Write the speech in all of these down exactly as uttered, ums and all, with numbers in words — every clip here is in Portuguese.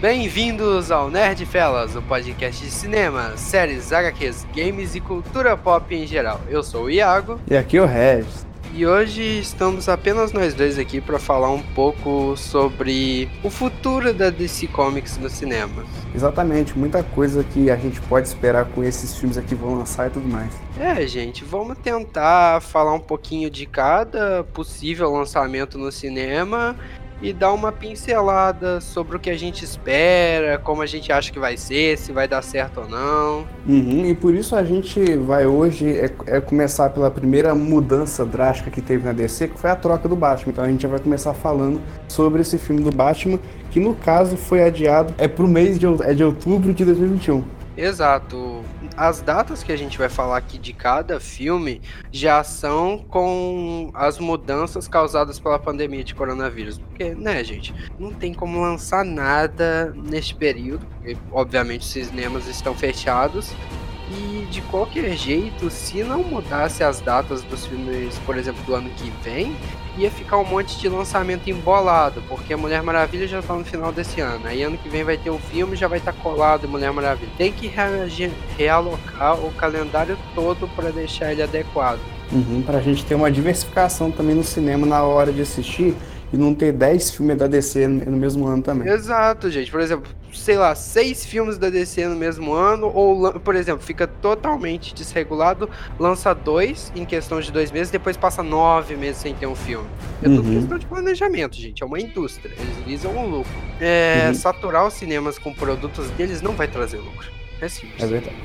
Bem-vindos ao Nerd Fellas, o podcast de cinema, séries, H Qs, games e cultura pop em geral. Eu sou o Iago. E aqui é o Regis. E hoje estamos apenas nós dois aqui para falar um pouco sobre o futuro da D C Comics no cinema. Exatamente, muita coisa que a gente pode esperar com esses filmes aqui vão lançar e tudo mais. É, gente, vamos tentar falar um pouquinho de cada possível lançamento no cinema e dar uma pincelada sobre o que a gente espera, como a gente acha que vai ser, se vai dar certo ou não. Uhum, e por isso a gente vai hoje é, é começar pela primeira mudança drástica que teve na D C, que foi a troca do Batman. Então a gente já vai começar falando sobre esse filme do Batman, que no caso foi adiado é pro mês de, é de outubro de dois mil e vinte e um. Exato. As datas que a gente vai falar aqui de cada filme já são com as mudanças causadas pela pandemia de coronavírus. Porque, né, gente, não tem como lançar nada neste período, porque, obviamente, os cinemas estão fechados. E, de qualquer jeito, se não mudasse as datas dos filmes, por exemplo, do ano que vem, ia ficar um monte de lançamento embolado, porque a Mulher Maravilha já tá no final desse ano. Aí ano que vem vai ter o filme, já vai estar tá colado em Mulher Maravilha. Tem que reagir, realocar o calendário todo para deixar ele adequado. Uhum, pra gente ter uma diversificação também no cinema na hora de assistir e não ter dez filmes da D C no mesmo ano também. Exato, gente. Por exemplo, sei lá, seis filmes da D C no mesmo ano, ou, por exemplo, fica totalmente desregulado, lança dois em questão de dois meses, depois passa nove meses sem ter um filme. É tudo Uhum. questão de planejamento, gente. É uma indústria. Eles visam um lucro. É, Uhum. Saturar os cinemas com produtos deles não vai trazer lucro. É simples. É verdade.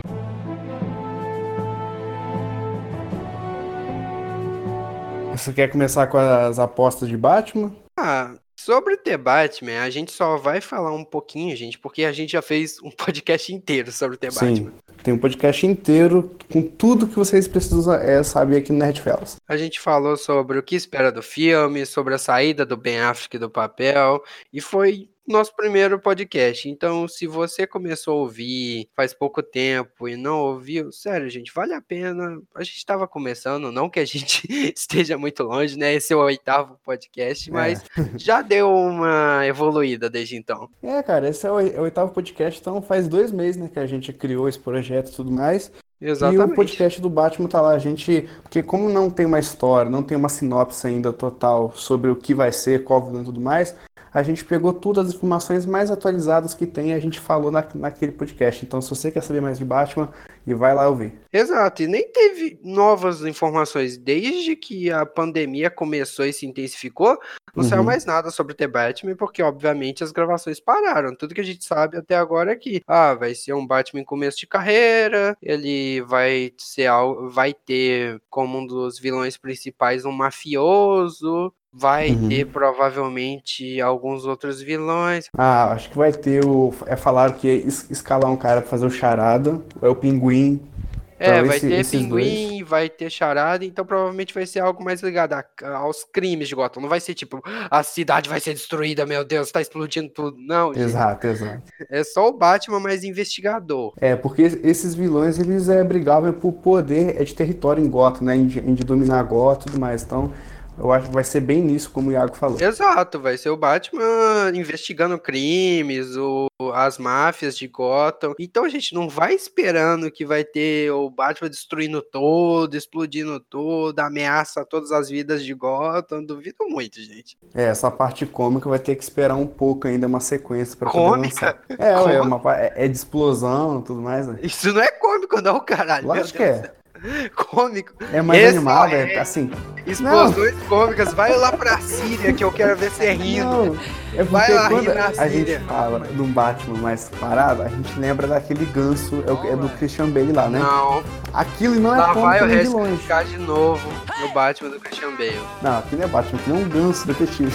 Você quer começar com as apostas de Batman? Ah, sobre The Batman, a gente só vai falar um pouquinho, gente, porque a gente já fez um podcast inteiro sobre The Sim, Batman. tem um podcast inteiro com tudo que vocês precisam é, saber aqui no Nerd Fellas. A gente falou sobre o que espera do filme, sobre a saída do Ben Affleck do papel, e foi nosso primeiro podcast. Então, se você começou a ouvir faz pouco tempo e não ouviu, sério, gente, vale a pena. A gente estava começando, não que a gente esteja muito longe, né? Esse é o oitavo podcast, mas É. já deu uma evoluída desde então. É, cara, esse é o, é o oitavo podcast, então faz dois meses, né, que a gente criou esse projeto e tudo mais. E o Exatamente. podcast do Batman tá lá, a gente... Porque como não tem uma história, não tem uma sinopse ainda total sobre o que vai ser, qual vilão e tudo mais, a gente pegou todas as informações mais atualizadas que tem e a gente falou na, naquele podcast. Então, se você quer saber mais de Batman, e vai lá ouvir. Exato, e nem teve novas informações. Desde que a pandemia começou e se intensificou, não Uhum. saiu mais nada sobre The Batman, porque obviamente as gravações pararam. Tudo que a gente sabe até agora é que ah, vai ser um Batman em começo de carreira, ele vai ser algo, vai ter como um dos vilões principais um mafioso. Vai Uhum. ter provavelmente alguns outros vilões. Ah, acho que vai ter o... É, falaram que ia es- escalar um cara pra fazer o Charada, é o Pinguim. É, Então, vai esse- ter esses pinguim, dois... vai ter charada, então provavelmente vai ser algo mais ligado a- aos crimes de Gotham. Não vai ser tipo, a cidade vai ser destruída, meu Deus, tá explodindo tudo. Não, gente. Exato, exato. É só o Batman mais investigador. É, porque esses vilões, eles é, brigavam por poder é, de território em Gotham, né? Em de, em de dominar Gotham e tudo mais. Então, eu acho que vai ser bem nisso, como o Iago falou. Exato, vai ser o Batman investigando crimes, o, as máfias de Gotham. Então a gente não vai esperando que vai ter o Batman destruindo todo, explodindo tudo, ameaça todas as vidas de Gotham. Duvido muito, gente. É, essa parte cômica vai ter que esperar um pouco ainda, uma sequência pra poder Cômica? lançar. É, ué, é, Cômica? uma, pa- é, é de explosão e tudo mais, né? Isso não é cômico, não, caralho. Meu Lógico que Deus do é. céu. Cômico. É mais Esse animado, é, é assim. explosões cômicas. Vai lá pra Síria que eu quero ver você rindo. Não, é Vai porque lá quando rir na a gente Síria. fala de um Batman mais parado, a gente lembra daquele ganso, é, o- é do Christian Bale lá, né? Não, Aquilo não é lá vai cômico o nem de resto longe. ficar de novo no Batman do Christian Bale. Não, aqui não é Batman, aqui não é um ganso detetive.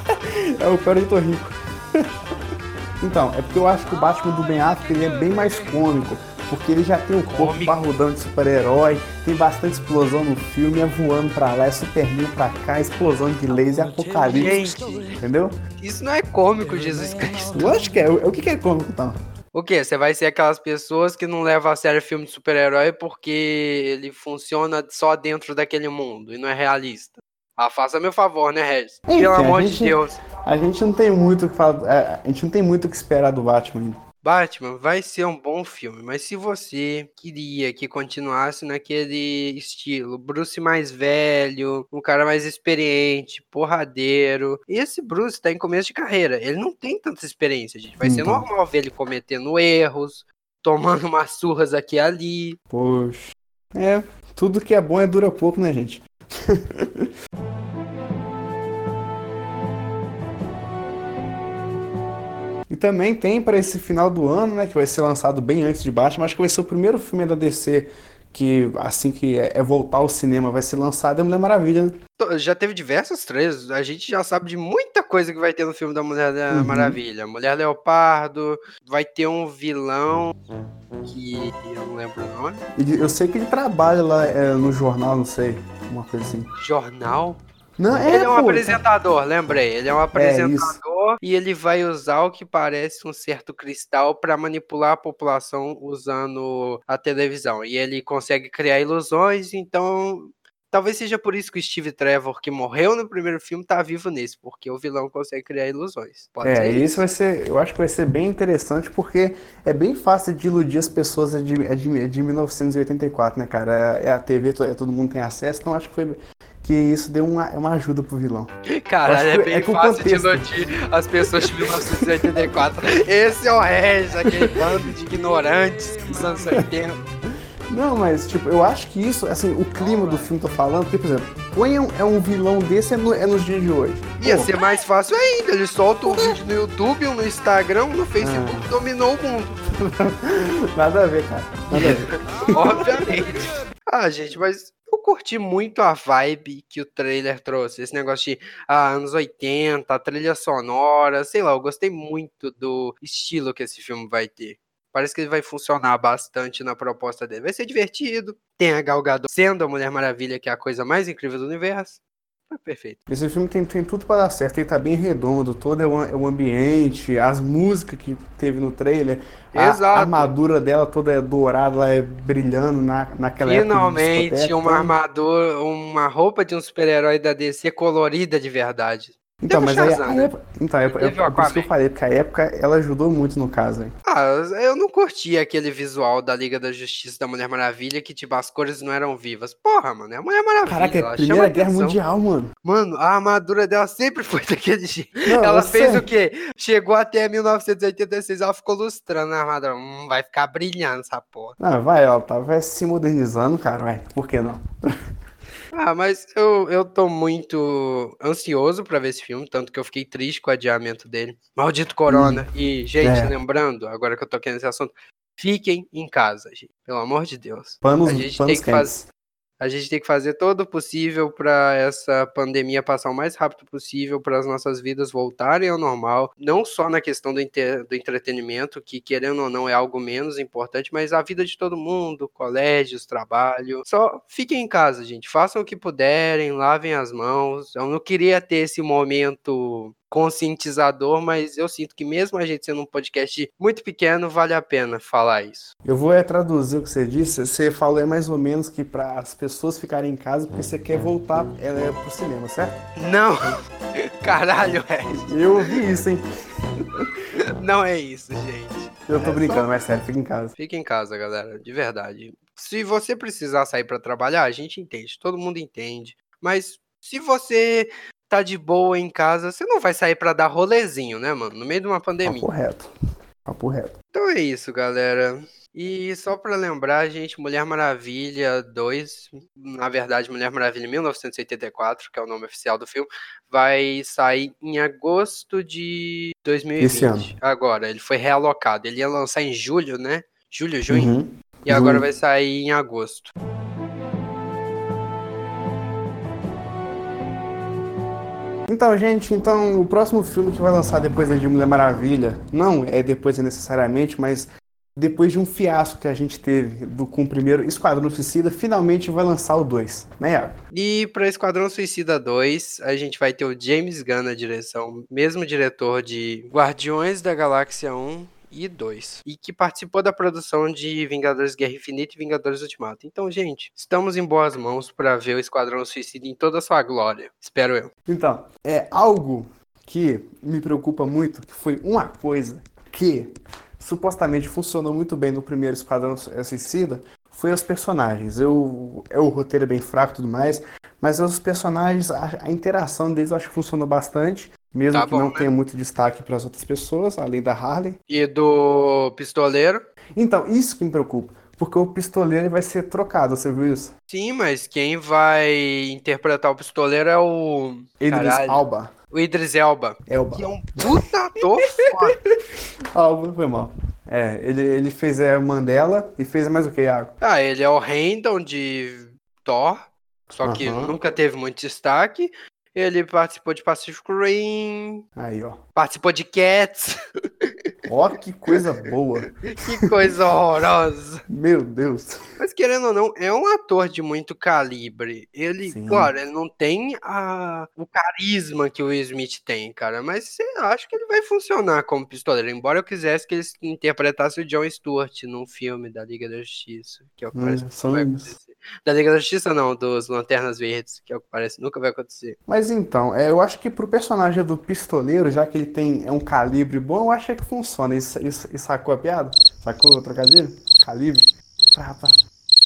É o Corito Rico. Então, é porque eu acho que o Batman do Ben Affleck ele é bem mais cômico. Porque ele já tem o corpo Cômico. parrudão de super-herói, tem bastante explosão no filme, é voando pra lá, é superman pra cá, explosão de laser, apocalipse, Gente, entendeu? isso não é cômico, Jesus Cristo. Lógico que é. O o que que é cômico, então? O quê? Você vai ser aquelas pessoas que não levam a sério filme de super-herói porque ele funciona só dentro daquele mundo e não é realista. Ah, faça meu favor, né, Regis? Enfim, Pelo amor a gente, de Deus. A gente não tem muito o que falar, é, a gente não tem muito o que esperar do Batman ainda. Batman vai ser um bom filme, mas se você queria que continuasse naquele estilo, Bruce mais velho, um cara mais experiente, porradeiro, esse Bruce tá em começo de carreira, ele não tem tanta experiência, gente. Vai ser Então, normal ver ele cometendo erros, tomando umas surras aqui e ali. poxa. É, tudo que é bom é dura pouco, né, gente? E também tem para esse final do ano, né, que vai ser lançado bem antes de Batman, acho que vai ser o primeiro filme da D C que, assim que é, é voltar ao cinema, vai ser lançado, é Mulher Maravilha, né? Tô- Já teve diversos trailers, a gente já sabe de muita coisa que vai ter no filme da Mulher da Uhum. Maravilha. Mulher Leopardo, vai ter um vilão que eu não lembro o nome. E eu sei que ele trabalha lá é, no jornal, não sei, uma coisa assim. Jornal? Não, Ele é, é um pô. apresentador, lembrei. Ele é um É isso. apresentador e ele vai usar o que parece um certo cristal para manipular a população usando a televisão. E ele consegue criar ilusões, então talvez seja por isso que o Steve Trevor, que morreu no primeiro filme, tá vivo nesse, porque o vilão consegue criar ilusões. Pode É, ser esse isso. vai ser, eu acho que vai ser bem interessante porque é bem fácil de iludir as pessoas, é de, é de, é de mil novecentos e oitenta e quatro, né, cara? É, é a T V, to- é, todo mundo tem acesso, então acho que foi que isso deu uma, uma ajuda pro vilão. Eu Caralho, acho é que é bem com fácil de contexto. iludir as pessoas de mil novecentos e oitenta e quatro. Esse é o Regis, aquele bando de ignorantes dos anos oitenta. Não, mas tipo, eu acho que isso, assim, o clima do filme tô falando, porque, por exemplo, põe um, é um vilão desse é, no- é nos dias de hoje. Ia Pô, ser mais fácil ainda, ele solta um vídeo no YouTube, um no Instagram, um no Facebook, Ah. dominou o mundo. nada a ver, cara. Nada a ver. Obviamente. Ah, gente, mas eu curti muito a vibe que o trailer trouxe. Esse negócio de ah, anos oitenta, trilha sonora, sei lá, eu gostei muito do estilo que esse filme vai ter. Parece que ele vai funcionar bastante na proposta dele. Vai ser divertido. Tem a Gal Gadot sendo a Mulher Maravilha, que é a coisa mais incrível do universo. Tá perfeito. Esse filme tem, tem tudo pra dar certo, ele tá bem redondo, todo é o, é o ambiente, as músicas que teve no trailer, a Exato. armadura dela toda é dourada, ela é brilhando na, naquela época de Finalmente, discoteca. uma Então, armadura, uma roupa de um super-herói da D C colorida de verdade. então Teve o mas aí Shazam, a né? época. Então, é, é, E teve o é por isso que eu Aquaman. falei, porque a época ela ajudou muito no caso aí. Ah, eu não curti aquele visual da Liga da Justiça da Mulher Maravilha, que tipo, as cores não eram vivas. Porra, mano, é a Mulher Caraca, Maravilha, é ela chama Primeira Guerra atenção. Mundial, mano. Mano, a armadura dela sempre foi daquele jeito. Não, Ela eu fez o sei. quê? Chegou até mil novecentos e oitenta e seis, ela ficou lustrando a armadura. Hum, vai ficar brilhando essa porra. Não, vai, ela tá vai se modernizando, cara, vai. Por que não? Ah, mas eu, eu tô muito ansioso pra ver esse filme, tanto que eu fiquei triste com o adiamento dele. Maldito Hum, Corona. E, gente, é. lembrando, agora que eu toquei nesse assunto, fiquem em casa, gente. Pelo amor de Deus. Panos, A gente tem panos que fazer. quentes. A gente tem que fazer todo o possível para essa pandemia passar o mais rápido possível, para as nossas vidas voltarem ao normal, não só na questão do, inter- do entretenimento, que querendo ou não é algo menos importante, mas a vida de todo mundo, colégios, trabalho. Só fiquem em casa, gente, façam o que puderem, lavem as mãos. Eu não queria ter esse momento conscientizador, mas eu sinto que mesmo a gente sendo um podcast muito pequeno, vale a pena falar isso. Eu vou é, traduzir o que você disse. Você falou é mais ou menos que para as pessoas ficarem em casa porque você quer voltar é, pro cinema, certo? Não! Caralho, é. Eu ouvi isso, hein? Não é isso, gente. Eu tô É brincando, só- mas sério, fica em casa. Fica em casa, galera, de verdade. Se você precisar sair pra trabalhar, a gente entende, todo mundo entende. Mas se você tá de boa em casa, você não vai sair pra dar rolezinho, né, mano? No meio de uma Papo pandemia. reto. Papo reto. Então é isso, galera. E só pra lembrar, gente, Mulher Maravilha dois, na verdade, Mulher Maravilha mil novecentos e oitenta e quatro, que é o nome oficial do filme, vai sair em agosto de Esse ano. dois mil e vinte. Agora, ele foi realocado. Ele ia lançar em julho, né? Julho, junho. Uhum. E agora Junho. vai sair em agosto. Então, gente, então o próximo filme que vai lançar depois de Mulher Maravilha, não é depois necessariamente, mas depois de um fiasco que a gente teve do, com o primeiro Esquadrão Suicida, finalmente vai lançar o dois, né, Iago? E para Esquadrão Suicida dois, a gente vai ter o James Gunn na direção, mesmo diretor de Guardiões da Galáxia um e dois. E que participou da produção de Vingadores Guerra Infinita e Vingadores Ultimato. Então, gente, estamos em boas mãos para ver o Esquadrão Suicida em toda a sua glória. Espero eu. Então, é algo que me preocupa muito, que foi uma coisa que supostamente funcionou muito bem no primeiro Esquadrão Suicida, foi os personagens. Eu, é, o roteiro é bem fraco e tudo mais, mas os personagens, a, a interação deles eu acho que funcionou bastante, mesmo Tá que bom, não né? tenha muito destaque para as outras pessoas, além da Harley. E do Pistoleiro? Então, isso que me preocupa, porque o pistoleiro vai ser trocado, você viu isso? Sim, mas quem vai interpretar o Pistoleiro é o... Idris Caralho. Alba. O Idris Elba. Elba. Que é um puta ator foda. Alba, foi mal. É, ele, ele fez é, Mandela e fez mais o que, Iago? Ah, ele é o Randall de Thor, só que Aham. nunca teve muito destaque. Ele participou de Pacific Rim, Aí, ó. participou de Cats. Ó, que coisa boa. Que coisa horrorosa. Meu Deus. Mas querendo ou não, é um ator de muito calibre. Ele, Sim. claro, ele não tem a, o carisma que o Will Smith tem, cara. Mas eu acho que ele vai funcionar como pistoleiro. Embora eu quisesse que ele interpretasse o Jon Stewart num filme da Liga da Justiça. Que é o que parece É, que nunca vai sonhos. acontecer. Da Liga da Justiça não, dos Lanternas Verdes. Que é o que parece que nunca vai acontecer. Mas então, é, eu acho que pro personagem do pistoleiro, já que ele tem é um calibre bom, eu acho que funciona. E, e, e sacou a piada? Sacou o trocadilho? Calibre? Pá, pá.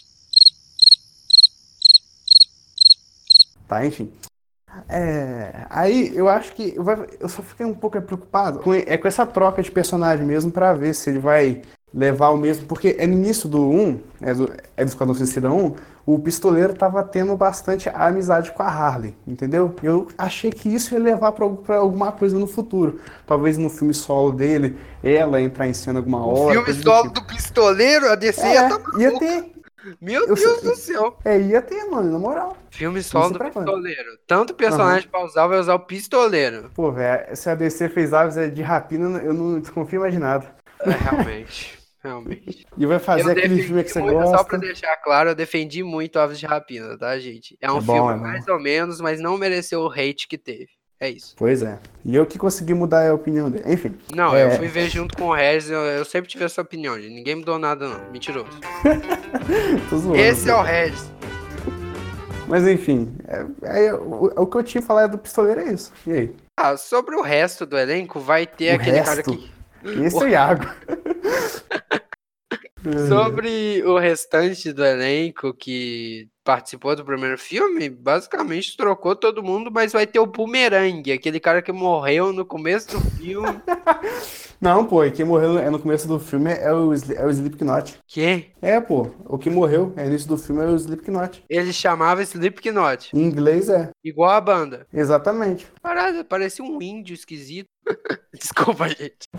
Tá, enfim. É, aí eu acho que eu, vai- eu só fiquei um pouco preocupado com, é com essa troca de personagem mesmo pra ver se ele vai levar o mesmo, porque é no início do um, é do, é do Esquadrão Suicida um, o pistoleiro tava tendo bastante amizade com a Harley, entendeu? Eu achei que isso ia levar pra, al- pra alguma coisa no futuro, talvez no filme solo dele, ela entrar em cena alguma O hora, filme coisa do solo tipo. do Pistoleiro, a D C ia É, tá ia maluca. ter, Meu eu, Deus só- do céu. é, ia ter, mano, na moral. Filme Não solo sei do pra quando. Pistoleiro. Tanto Aham. personagem pra usar, vai usar o Pistoleiro. Pô, velho, se a D C fez aves de rapina, eu não desconfio mais de nada. É, realmente. Realmente. E vai fazer Eu aquele filme que defendi você muito, só pra gosta. deixar claro, eu defendi muito Aves de Rapina, tá, gente? É um É bom, filme é bom. mais ou menos, mas não mereceu o hate que teve. É isso. Pois é. E eu que consegui mudar a opinião dele. Enfim. Não, eu É. fui ver junto com o Regis, eu, eu sempre tive essa opinião, gente. Ninguém mudou nada, não. Mentiroso. Tô zoando. Esse é o Regis. Mas enfim. É, é, o, o que eu tinha falado do pistoleiro é isso. E aí? Ah, sobre o resto do elenco, vai ter O aquele cara resto? que. Esse é o Iago. Sobre o restante do elenco que participou do primeiro filme, basicamente trocou todo mundo, mas vai ter o Boomerang, aquele cara que morreu no começo do filme. Não, pô, e quem morreu é no começo do filme é o, Sli- é o Slipknot. Que? É, pô, o que morreu no início do filme é o Slipknot. Ele chamava Slipknot, Em inglês é. igual a banda. Exatamente. Parada, parecia um índio esquisito. Desculpa, gente.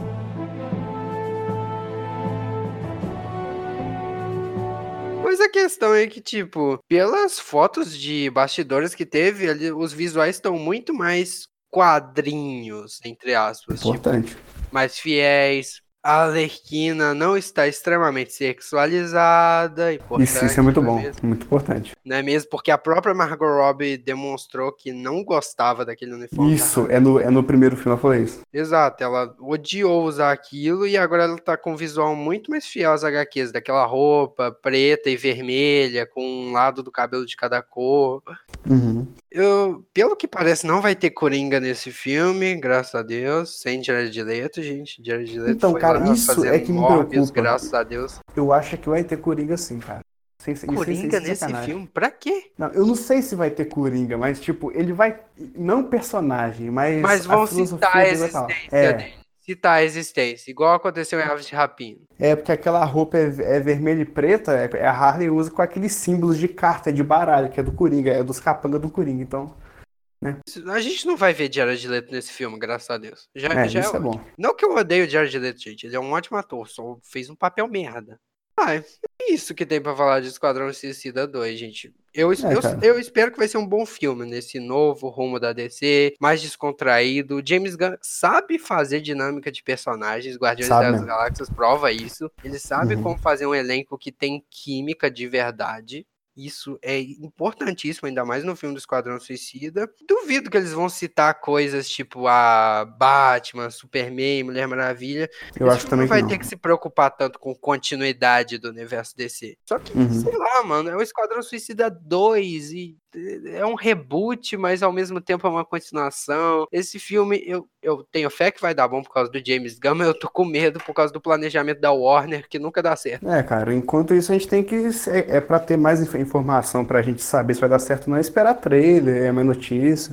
Mas a questão é que, tipo, pelas fotos de bastidores que teve, ali, os visuais estão muito mais quadrinhos, entre aspas, tipo, Importante. mais fiéis. A Arlequina não está extremamente sexualizada, importante, Isso, isso é muito não bom. mesmo? Muito importante. Não é mesmo? Porque a própria Margot Robbie demonstrou que não gostava daquele uniforme. da Isso, é no, é no primeiro filme ela falou isso. Exato, ela odiou usar aquilo e agora ela tá com um visual muito mais fiel às agá quês, daquela roupa preta e vermelha, com um lado do cabelo de cada cor. Uhum. Eu, pelo que parece, não vai ter Coringa nesse filme, graças a Deus, sem Jared Leto, gente. Jared Leto Então, foi cara, lá isso fazer é que me Morbius, preocupa. graças a Deus. Eu acho que vai ter Coringa sim, cara. Sem, sem- sem- Coringa sem nesse sacanagem. filme? Pra quê? Não, eu não sei se vai ter Coringa, mas tipo, ele vai. Não personagem, mas. Mas a vão filosofia citar a dele vai estar lá. existência É, dele. Citar a existência, igual aconteceu em Aves de Rapina. é porque aquela roupa é, é vermelha e preta, é, é a Harley usa com aqueles símbolos de carta, de baralho, que é do Coringa, é dos capangas do Coringa, então. A gente não vai ver Jared Leto nesse filme, graças a Deus. Já, É, já isso é ótimo. bom. Não que eu odeio o Jared Leto, gente. Ele é um ótimo ator, só fez um papel merda. Ah, é isso que tem pra falar de Esquadrão Suicida dois, gente. Eu, es- É, eu, cara. eu espero que vai ser um bom filme nesse novo rumo da D C, mais descontraído. O James Gunn sabe fazer dinâmica de personagens, Guardiões Sabe das mesmo. Galáxias prova isso. Ele sabe Uhum. como fazer um elenco que tem química de verdade. Isso é importantíssimo, ainda mais no filme do Esquadrão Suicida. Duvido que eles vão citar coisas tipo a Batman, Superman, Mulher Maravilha. Eu Esse acho filme também não que vai não. ter que se preocupar tanto com continuidade do universo D C. Só que, Uhum. sei lá, mano, é o Esquadrão Suicida dois e é um reboot, mas ao mesmo tempo é uma continuação. Esse filme, eu, eu tenho fé que vai dar bom por causa do James Gunn, mas eu tô com medo por causa do planejamento da Warner, que nunca dá certo. É, cara, enquanto isso a gente tem que. É, é para ter mais inf- informação pra gente saber se vai dar certo ou não, é esperar trailer, é mais notícia.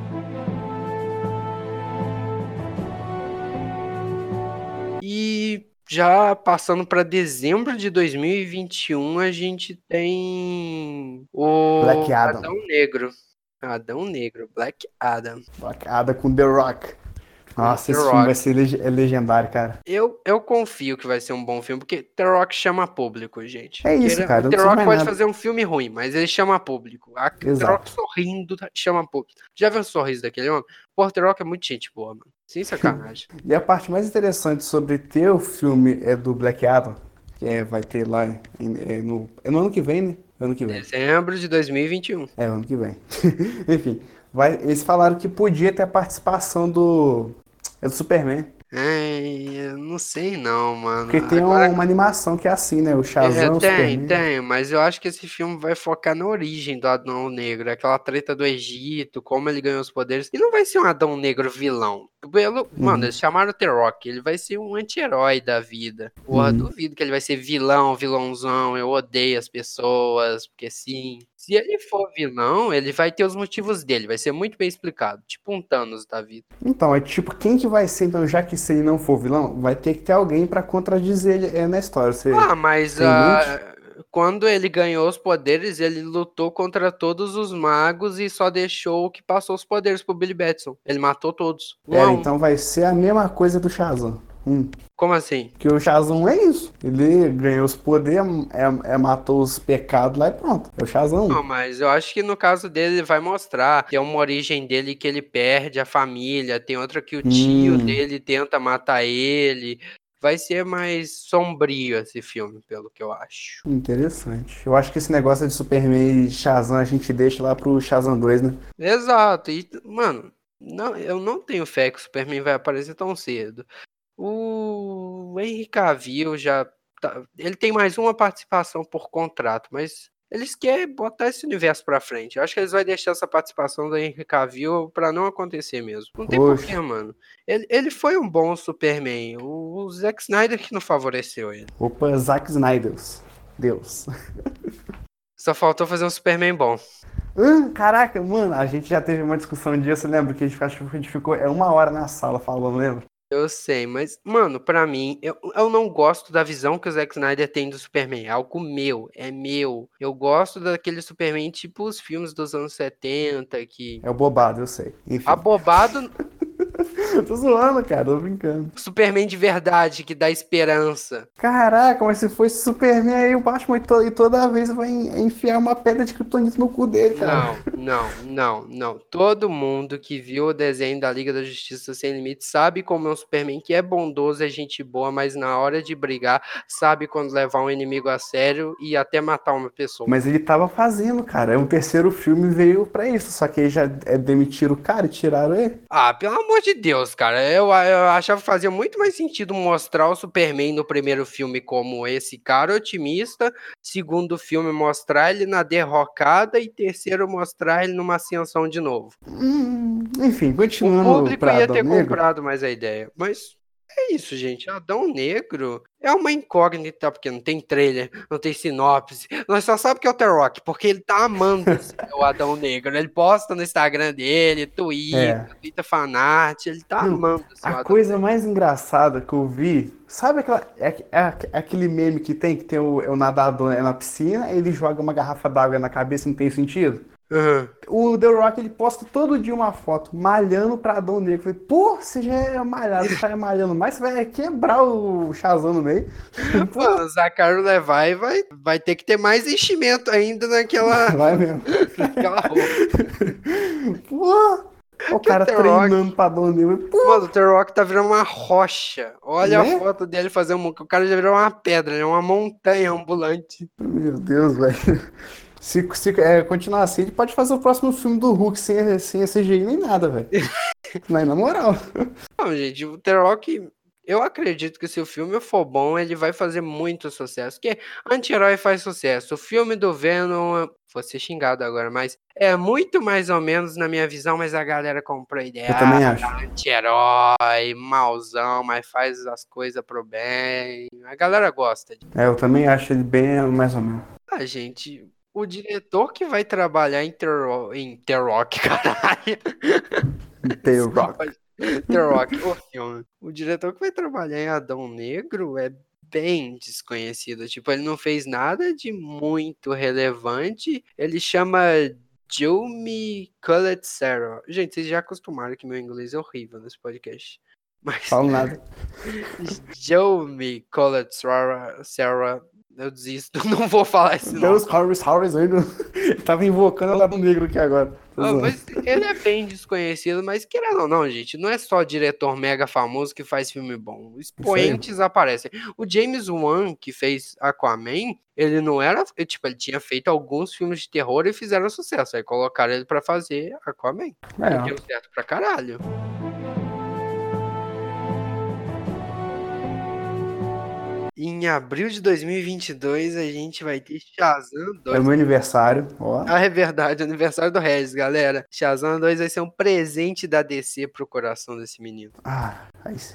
E já passando para dezembro de dois mil e vinte e um, a gente tem Black o Adam. Adão Negro. Adão Negro, Black Adam. Black Adam com The Rock. Com Nossa, The esse filme vai Rock. ser leg- é legendário, cara. Eu, eu confio que vai ser um bom filme, porque The Rock chama público, gente. É isso, Queira- cara, o não The precisa Rock mais pode nada. fazer um filme ruim, mas ele chama público. A- O The Rock Exato. sorrindo chama público. Já viu o sorriso daquele homem? Pô, The Rock é muito gente boa, mano. Sem sacanagem. E a parte mais interessante sobre ter o filme é do Black Adam, que é, vai ter lá em- é no, é no ano que vem, né? Ano que vem. Dezembro de dois mil e vinte e um. É, ano que vem. Enfim, vai, eles falaram que podia ter a participação do, é do Superman. Ai, eu não sei não, mano. Porque tem Agora, uma animação que é assim, né? O é, Shazam, o tem, Superman. tem, mas eu acho que esse filme vai focar na origem do Adão Negro, aquela treta do Egito, como ele ganhou os poderes. E não vai ser um Adão Negro vilão. Pelo, mano, Uhum, eles chamaram o The Rock, ele vai ser um anti-herói da vida. Porra, uhum. duvido que ele vai ser vilão, vilãozão, eu odeio as pessoas, porque sim. Se ele for vilão, ele vai ter os motivos dele, vai ser muito bem explicado, tipo um Thanos da vida. Então, é tipo, quem que vai ser, então, já que se ele não for vilão, vai ter que ter alguém pra contradizer ele é, na história. Você Ah, mas tem em mente? ah, quando ele ganhou os poderes, ele lutou contra todos os magos e só deixou o que passou os poderes pro Billy Batson. Ele matou todos, um a Pera, um. então vai ser a mesma coisa do Shazam. Hum. Como assim? Que o Shazam é isso. Ele ganhou os poderes, é, é- matou os pecados lá e pronto. É o Não, Shazam. mas eu acho que no caso dele ele vai mostrar. Tem uma origem dele que ele perde a família, tem outra que o tio Hum, dele tenta matar ele. Vai ser mais sombrio esse filme, pelo que eu acho. interessante. Eu acho que esse negócio de Superman e Shazam a gente deixa lá pro Shazam dois, né? Exato. E, mano, não, eu não tenho fé que o Superman vai aparecer tão cedo. O Henry Cavill já tá, ele tem mais uma participação por contrato, mas eles querem botar esse universo pra frente. Eu acho que eles vão deixar essa participação do Henry Cavill pra não acontecer mesmo. Não tem Poxa. porquê, mano. Ele, ele foi um bom Superman. O, o Zack Snyder que não favoreceu ele. Opa, Zack Snyder. Deus. Só faltou fazer um Superman bom. Ah, caraca, mano, a gente já teve uma discussão disso, lembra? Que a gente, acho que a gente ficou é uma hora na sala falando, lembra? Eu sei, mas, mano, pra mim, eu, eu não gosto da visão que o Zack Snyder tem do Superman. É algo meu, é meu. Eu gosto daquele Superman tipo os filmes dos anos setenta, que É o bobado, eu sei. Enfim. abobado, Tô zoando, cara, tô brincando. Superman de verdade, que dá esperança. Caraca, mas se fosse Superman aí, o Batman e to- e toda vez vai en- enfiar uma pedra de kryptonita no cu dele, cara. Não, não, não, não. Todo mundo que viu o desenho da Liga da Justiça Sem Limites sabe como é um Superman que é bondoso, é gente boa, mas na hora de brigar, sabe quando levar um inimigo a sério e até matar uma pessoa. Mas ele tava fazendo, cara. O terceiro filme veio pra isso, só que aí já é, demitiram o cara e tiraram ele. Ah, pelo amor de Deus, cara. Eu, eu achava que fazia muito mais sentido mostrar o Superman no primeiro filme como esse cara otimista, segundo filme mostrar ele na derrocada e terceiro mostrar ele numa ascensão de novo. Hum, enfim, O continuando público pra ia Adão ter Negro. comprado mais a ideia, mas é isso, gente. Adão Negro é uma incógnita, porque não tem trailer, não tem sinopse. Nós só sabemos que é o The Rock, porque ele tá amando ser o Adão Negro. Ele posta no Instagram dele, Twitter, É. Twitter fanart, ele tá Não, amando ser o a Adão coisa Negro. mais engraçada que eu vi, sabe aquela, é, é- é aquele meme que tem, que tem o, é o nadador é na piscina, ele joga uma garrafa d'água na cabeça e não tem sentido? Uhum. O The Rock, ele posta todo dia uma foto malhando pra Adão Negro. Eu falei, pô, você já é malhado, você tá malhando mais, você vai quebrar o Shazam no meio. Pô, Mano, o Zachary Levi vai, vai ter que ter mais enchimento ainda naquela, vai mesmo. naquela roupa. Pô, o cara The treinando pra Adão Negro. Pô, Mano, o The Rock tá virando uma rocha. Olha né? a foto dele fazendo. O cara já virou uma pedra, ele é uma montanha ambulante. Meu Deus, velho. Se, se é, continuar assim, ele pode fazer o próximo filme do Hulk sem, sem C G I nem nada, velho. Mas na moral. Não, gente, o The Rock, eu acredito que se o filme for bom, ele vai fazer muito sucesso. Porque anti-herói faz sucesso. O filme do Venom, vou ser xingado agora, mas é muito mais ou menos na minha visão, mas a galera comprou a ideia. Eu também acho. Ah, anti-herói, mauzão, mas faz as coisas pro bem. A galera gosta. É, eu também acho ele bem mais ou menos. Ah, gente, o diretor que vai trabalhar em The Rock, em The Rock, caralho. The Rock. The Rock, o filme. O diretor que vai trabalhar em Adão Negro é bem desconhecido. Tipo, ele não fez nada de muito relevante. Ele chama Jaume Collet-Serra. Gente, vocês já acostumaram que meu inglês é horrível nesse podcast. Mas... Falo nada. Jaume Collet-Serra, Serra, eu desisto, não vou falar esse nome. Deus, Harris, Harris, ele tava invocando o Adão Negro aqui agora. Ah, mas ele é bem desconhecido, mas querendo ou não, gente, não é só diretor mega famoso que faz filme bom. Expoentes aparecem. O James Wan, que fez Aquaman, ele não era, tipo, ele tinha feito alguns filmes de terror e fizeram sucesso. Aí colocaram ele pra fazer Aquaman. É. E deu certo pra caralho. Em abril de dois mil e vinte e dois, a gente vai ter Shazam dois. É o meu aniversário. Ó. Ah, é verdade, aniversário do Regis, galera. Shazam dois vai ser um presente da D C pro coração desse menino. Ah, aí sim.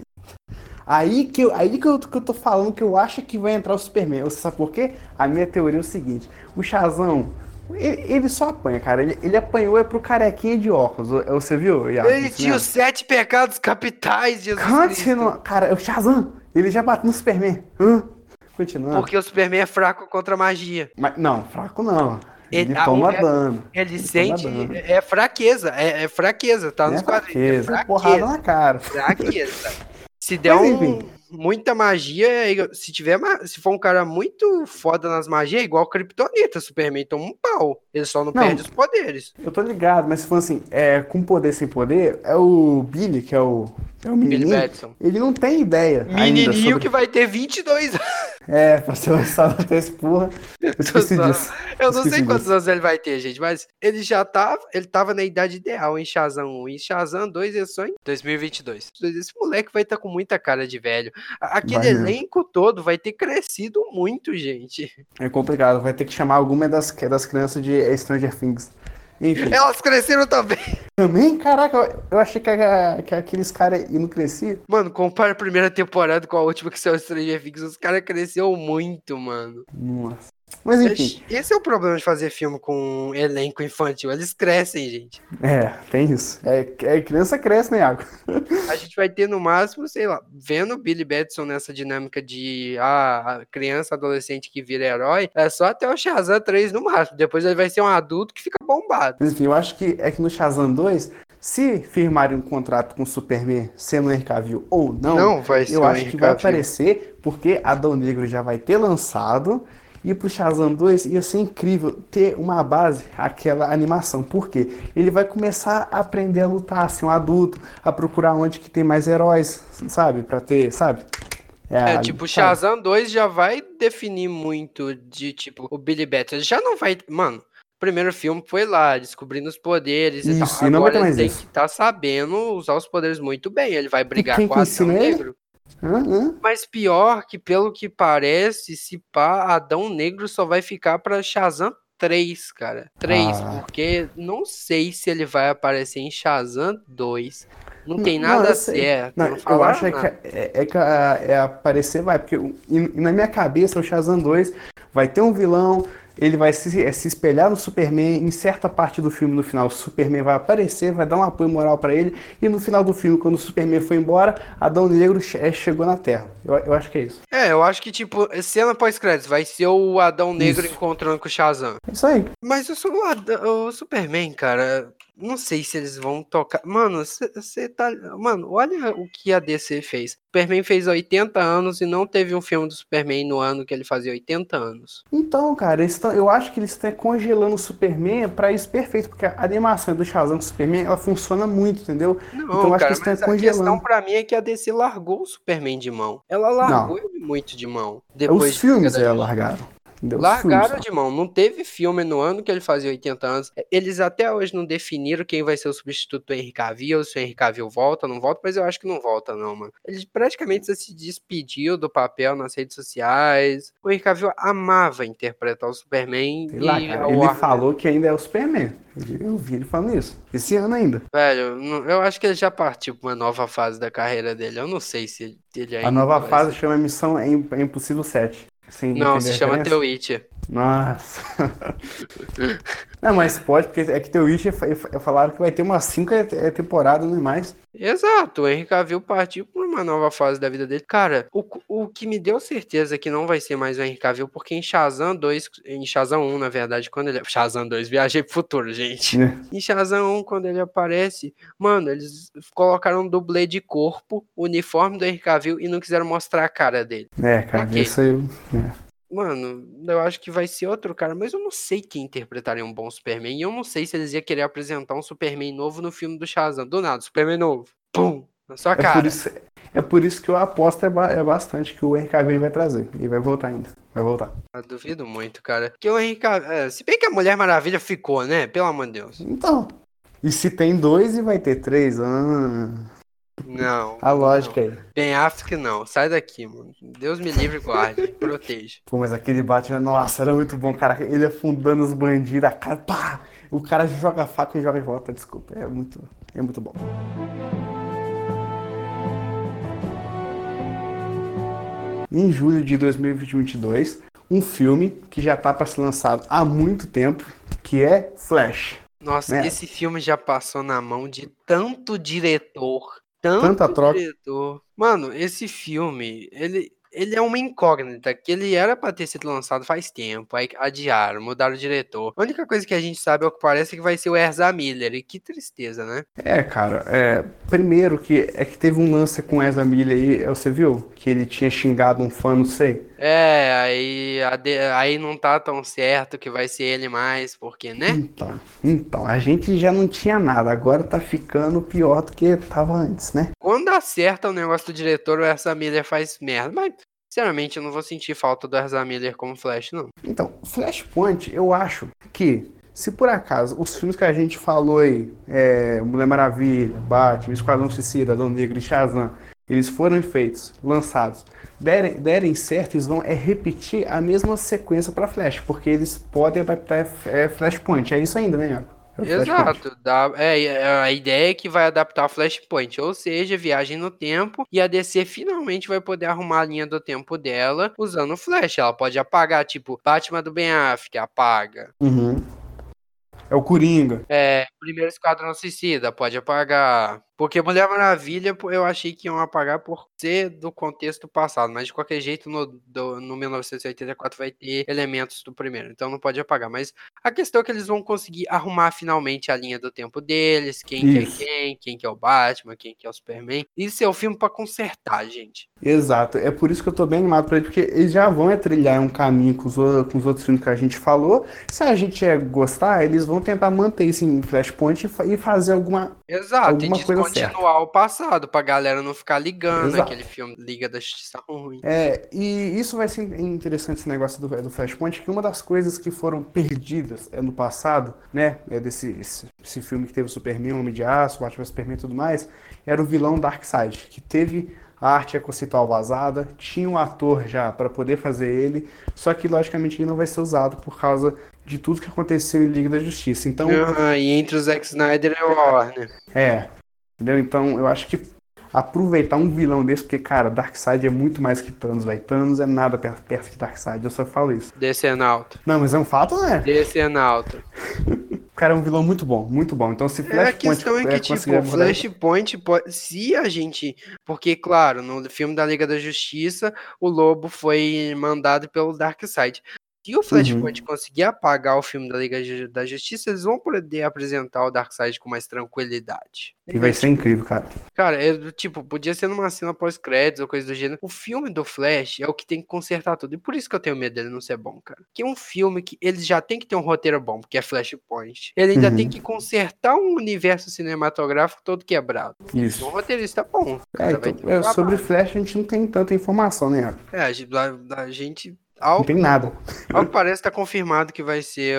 Aí que eu, aí que eu, que eu tô falando que eu acho que vai entrar o Superman. Você sabe por quê? A minha teoria é o seguinte. O Shazam, ele, ele só apanha, cara. Ele, ele apanhou é pro carequinha de óculos. Você viu? Iago? Ele tinha os sete pecados capitais, Jesus Cristo. Não, cara, o Shazam, ele já bateu no Superman. Hã? Continuando. Porque o Superman é fraco contra a magia. Mas, não, fraco não. Ele, Ele, toma é, dano. Ele, ele toma sente. dano. É fraqueza. É, é fraqueza, tá nos É quadrinhos. fraqueza, É é porrada na cara. Fraqueza. Se der Mas, um, enfim. muita magia, se tiver se for um cara muito foda nas magias, é igual Kryptonita. Superman toma um pau. Ele só não, Não. perde os poderes. Eu tô ligado, mas se for assim, é, com poder sem poder, é o Billy, que é o, é o Billy menininho, Batson. ele não tem ideia Menininho ainda sobre... que vai ter vinte e dois anos. É, pra ser lançado até esse porra. Eu esqueci disso. Eu não Esqueci sei quantos disso. anos ele vai ter, gente, mas ele já tava, ele tava na idade ideal em Shazam um. Em Shazam dois é só em dois mil e vinte e dois. Esse moleque vai estar tá com muita cara de velho. Aquele Vai mesmo. elenco todo vai ter crescido muito, gente. É complicado, vai ter que chamar alguma das, das crianças de Stranger Things. Enfim. Elas cresceram também. Também? Caraca, eu, eu achei que, a, que aqueles caras não cresciam. Mano, compara a primeira temporada com a última que saiu Stranger Things. Os caras cresceram muito, mano. Nossa. Mas enfim. Esse é o problema de fazer filme com elenco infantil. Eles crescem, gente. É, tem isso. É, é criança cresce, né, Iago? A gente vai ter no máximo, sei lá, vendo o Billy Batson nessa dinâmica de ah, a criança, adolescente que vira herói, é só até o Shazam três no máximo. Depois ele vai ser um adulto que fica bombado. Mas enfim, eu acho que é que no Shazam dois, se firmarem um contrato com o Superman sendo Henry Cavill ou não, Não vai ser eu o acho Henry que vai Cavill. aparecer, porque Adão Negro já vai ter lançado. E pro Shazam dois ia ser incrível ter uma base, aquela animação. Por quê? Ele vai começar a aprender a lutar, assim, um adulto, a procurar onde que tem mais heróis, sabe? Pra ter, sabe? É, É, tipo, sabe? Shazam dois já vai definir muito de, tipo, o Billy Batson. Ele já não vai... Mano, o primeiro filme foi lá, descobrindo os poderes e Isso, tal. e não vai Agora ter ele mais tem isso. que estar sabendo usar os poderes muito bem. Ele vai brigar quem com que o ensina Adão ele? Negro. Hã? Hã? Mas pior que, pelo que parece, se pá, Adão Negro só vai ficar pra Shazam três, cara. três, Ah. porque não sei se ele vai aparecer em Shazam dois. Não tem Não, nada eu sei. certo. Não, Não eu falaram acho é que, nada. é, é que a- é aparecer vai, porque o- e, e na minha cabeça o Shazam dois vai ter um vilão, ele vai se, é, se espelhar no Superman, em certa parte do filme, no final, o Superman vai aparecer, vai dar um apoio moral pra ele, e no final do filme, quando o Superman foi embora, Adão Negro che- é, chegou na Terra. Eu, eu acho que é isso. É, eu acho que, tipo, cena pós-créditos vai ser o Adão Negro Isso. encontrando com o Shazam. É isso aí. Mas eu sou o, Adão- o Superman, cara. Não sei se eles vão tocar. Mano, você tá. Mano, olha o que a D C fez. Superman fez oitenta anos e não teve um filme do Superman no ano que ele fazia oitenta anos. Então, cara, eles tão- eu acho que eles estão congelando o Superman pra isso perfeito, porque a animação do Shazam com o Superman, ela funciona muito, entendeu? Não, então eu acho cara, que eles mas estão a questão congelando. pra mim é que a D C largou o Superman de mão. Ela largou ele muito de mão. Depois Os de filmes Liga da é, Justiça. largaram. Deu Largaram filme, de mão, não teve filme no ano que ele fazia oitenta anos. Eles até hoje não definiram quem vai ser o substituto do Henry Cavill, se o Henry Cavill volta, não volta, mas eu acho que não volta não, mano. Ele praticamente se despediu do papel nas redes sociais. O Henry Cavill amava interpretar o Superman sei lá, e cara. a Ele Warner... falou que ainda é o Superman. Eu vi ele falando isso. Esse ano ainda. Velho, não- eu acho que ele já partiu pra uma nova fase da carreira dele. Eu não sei se ele ele A ainda nova vai fase ser. chama Missão é Im- é Impossível sete. Sem Não, entender se a chama The referência? Witcher. Nossa. Não, mas pode, porque é que The Witcher fa- fa- falaram que vai ter umas cinco é- é temporadas, não é mais. Exato, o Henry Cavill partiu para uma nova fase da vida dele. Cara, o, o que me deu certeza que não vai ser mais o Henry Cavill, porque em Shazam dois, em Shazam um, na verdade, quando ele... Shazam dois, viajei pro futuro, gente. Né? Em Shazam um, quando ele aparece, mano, eles colocaram um dublê de corpo, uniforme do Henry Cavill e não quiseram mostrar a cara dele. É, Pra cara, quê? isso aí. É. Mano, eu acho que vai ser outro cara, mas eu não sei quem interpretaria um bom Superman. E eu não sei se eles iam querer apresentar um Superman novo no filme do Shazam. Do nada, Superman novo. Pum! Na sua É por cara. isso, é por isso que eu aposto é, ba- é bastante que o Henry Cavill vai trazer. E vai voltar ainda. Vai voltar. Eu duvido muito, cara. Que o Henry Cavill... é, se bem que a Mulher Maravilha ficou, né? Pelo amor de Deus. Então. E se tem dois e vai ter três? Ah, Não. a lógica não. aí. Ben Affleck não. Sai daqui, mano. Deus me livre e guarde. Proteja. Pô, mas aquele Batman, nossa, era muito bom, cara. Ele afundando os bandidos, a cara, pá! O cara joga a faca e joga de volta, desculpa. É muito, é muito bom. Em julho de dois mil e vinte e dois, um filme que já tá para ser lançado há muito tempo, que é Flash. Nossa, Né? esse filme já passou na mão de tanto diretor, Tanta tanto troca. diretor. Mano, esse filme, ele, ele é uma incógnita, que ele era pra ter sido lançado faz tempo, aí adiaram, mudaram o diretor. A única coisa que a gente sabe, é o que parece, que vai ser o Ezra Miller, e que tristeza, né? É, cara, é, primeiro que é que teve um lance com Ezra Miller aí, você viu? Que ele tinha xingado um fã, não sei. É, aí, a de- aí não tá tão certo que vai ser ele mais, porque, né? Então, então, a gente já não tinha nada, agora tá ficando pior do que tava antes, né? Quando acerta o negócio do diretor, o Ezra Miller faz merda, mas... Sinceramente, eu não vou sentir falta do Ezra Miller como Flash, não. Então, Flashpoint, eu acho que, se por acaso os filmes que a gente falou aí, é, Mulher Maravilha, Batman, Esquadrão Suicida, Adão Negro e Shazam, eles foram feitos, lançados, derem, derem certo, eles vão é, repetir a mesma sequência para Flash, porque eles podem adaptar é, Flashpoint. É isso ainda, né, Iago? É o Flashpoint. Exato, dá, é, é, a ideia é que vai adaptar o Flashpoint, ou seja, viagem no tempo, e a D C finalmente vai poder arrumar a linha do tempo dela usando o Flash. Ela pode apagar, tipo, Batman do Ben Affleck, apaga. Uhum. É o Coringa. É, primeiro Esquadrão Suicida, pode apagar. Porque Mulher Maravilha, pô, eu achei que iam apagar por ser do contexto passado, mas de qualquer jeito no, do, no mil novecentos e oitenta e quatro vai ter elementos do primeiro, então não pode apagar. Mas a questão é que eles vão conseguir arrumar finalmente a linha do tempo deles, quem que é Isso. quem, quem que é o Batman, quem que é o Superman. Isso é o filme pra consertar, gente. Exato, é por isso que eu tô bem animado pra ele, porque eles já vão é, trilhar um caminho com os, o- com os outros filmes que a gente falou. Se a gente é, gostar, eles vão tentar manter isso em Flashpoint e, fa- e fazer alguma, Exato, alguma e coisa descontinuar o passado, pra galera não ficar ligando Exato. aquele filme Liga da Justiça ruim. É, e isso vai ser interessante esse negócio do, do Flashpoint, que uma das coisas que foram perdidas é, no passado, né, é desse esse, esse filme que teve o Superman, o Homem de Aço, Batman vs Superman e tudo mais, era o vilão Darkseid, que teve a arte conceitual vazada, tinha um ator já para poder fazer ele, só que logicamente ele não vai ser usado por causa de tudo que aconteceu em Liga da Justiça. Então, Ah, e entre o Zack Snyder e o Warner. é, entendeu? Então eu acho que aproveitar um vilão desse, porque, cara, Darkseid é muito mais que Thanos, velho. Thanos é nada perto, perto de Darkseid, eu só falo isso. Descendo alto. Não, mas é um fato, né? Descendo alto. O cara é um vilão muito bom, muito bom. Então, se É, a Flashpoint questão é que, tipo, conseguir o abordar isso- Flashpoint, pode, se a gente... Porque, claro, no filme da Liga da Justiça, o Lobo foi mandado pelo Darkseid. Se o Flashpoint conseguir apagar o filme da Liga Ju- da Justiça, eles vão poder apresentar o Darkseid com mais tranquilidade. E vai ser incrível, cara. Cara, é, tipo, podia ser numa cena pós-créditos ou coisa do gênero. O filme do Flash é o que tem que consertar tudo. E por isso que eu tenho medo dele não ser bom, cara. Que é um filme que eles já tem que ter um roteiro bom, porque é Flashpoint. Ele ainda Uhum. tem que consertar um universo cinematográfico todo quebrado. Isso. Um roteirista bom. É, Cara, vai então, ter um é, sobre trabalho. Flash a gente não tem tanta informação, né? Iago? É, a gente, a- a gente Ao, Não tem nada. ao que parece, tá confirmado que vai ser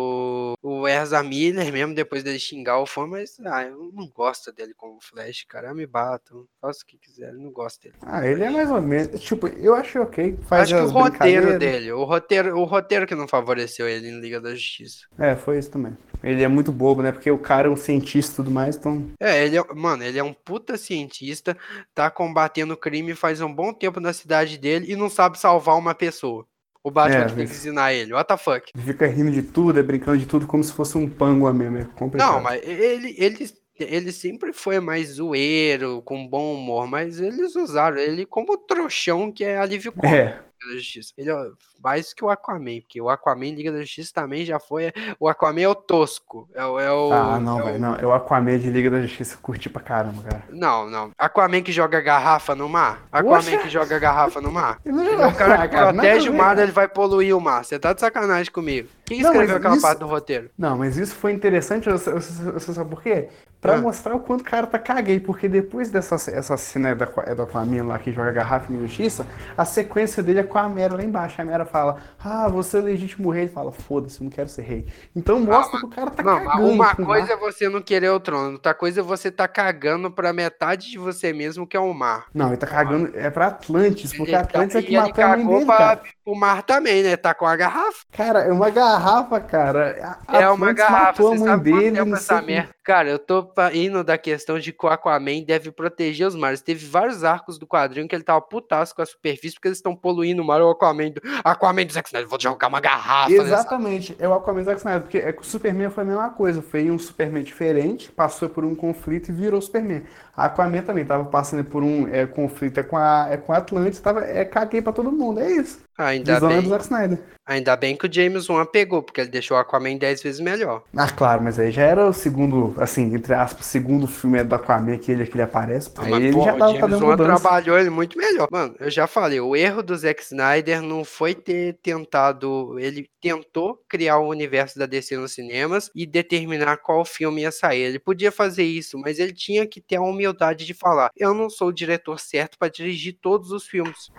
o, o Ezra Miller mesmo, depois dele xingar o fã, mas ah, eu não gosto dele como Flash, cara. Eu me bato, faço o que quiser, eu não gosto dele como Ah, ele é Flash. mais ou menos. Tipo, eu acho ok, faz Acho que o as roteiro brincadeiras. dele, o roteiro, o roteiro que não favoreceu ele em Liga da Justiça. É, foi isso também. Ele é muito bobo, né? Porque o cara é um cientista e tudo mais, então. É, ele é, mano, ele é um puta cientista, tá combatendo crime faz um bom tempo na cidade dele e não sabe salvar uma pessoa. O Batman É, que tem que ensinar ele, what the fuck? ele fica rindo de tudo, é brincando de tudo como se fosse um pango mesmo. É Não, complicado. mas ele, ele, ele sempre foi mais zoeiro, com bom humor, mas eles usaram ele como trouxão que é alívio cômico. É. Liga da Justiça. Ele é mais que o Aquaman, porque o Aquaman em Liga da Justiça também já foi. O Aquaman é o tosco. É, o. É Ah, o, não, é velho. o Não, eu Aquaman de Liga da Justiça eu curti pra caramba, cara. não, não. Aquaman que joga garrafa no mar? Aquaman Poxa! que joga garrafa no mar? Ele não Ele é o cara Ah, que cara, nada protege a o ver, mar, cara. ele vai poluir o mar. Você tá de sacanagem comigo. Quem Não, mas escreveu aquela isso. parte do roteiro? Não, mas isso foi interessante, você você sabe por quê? Pra Ah, mostrar o quanto o cara tá caguei, porque depois dessa essa cena da, é do Aquaman lá que joga garrafa em justiça, a sequência dele é com a Mera lá embaixo. A Mera fala, ah, você é o legítimo rei. Ele fala, foda-se, eu não quero ser rei. Então ah, mostra que o cara tá não, mas cagando uma pro coisa é mar. você não querer o trono, outra coisa é você tá cagando pra metade de você mesmo, que é o mar. Não, ele tá cagando, é pra Atlantis, porque Ele tá- Atlantis é que e ele matou a mãe cagou dele, pra, cara. pro mar também, né? Tá com a garrafa. Cara, é uma garrafa, cara. A É uma Atlantis garrafa, matou a você mãe sabe quanto dele, tempo não essa sei como. merda. Cara, eu tô pa- indo da questão de que o Aquaman deve proteger os mares. Teve vários arcos do quadrinho que ele tava putaço com a superfície porque eles estão poluindo o mar. O Aquaman do, Aquaman do Zack Snyder, vou jogar uma garrafa nessa. Exatamente, é o Aquaman Zack Snyder, porque é que o Superman foi a mesma coisa, foi um Superman diferente, passou por um conflito e virou Superman. A Aquaman também tava passando por um é, conflito é com a é com a Atlantis, tava é caguei pra todo mundo, é isso. Ainda Visão é do bem. Zack Snyder. Ainda bem que o James Wan pegou, porque ele deixou o Aquaman dez vezes melhor. Ah, claro, mas aí já era o segundo, assim, entre aspas, segundo filme do Aquaman que ele, que ele aparece, Ah, aí mas, ele já porra, o tava James fazendo Wan mudança. trabalhou ele muito melhor. Mano, eu já falei, o erro do Zack Snyder não foi ter tentado. Ele tentou criar o universo da D C nos cinemas e determinar qual filme ia sair. Ele podia fazer isso, mas ele tinha que ter a humildade de falar: eu não sou o diretor certo pra dirigir todos os filmes.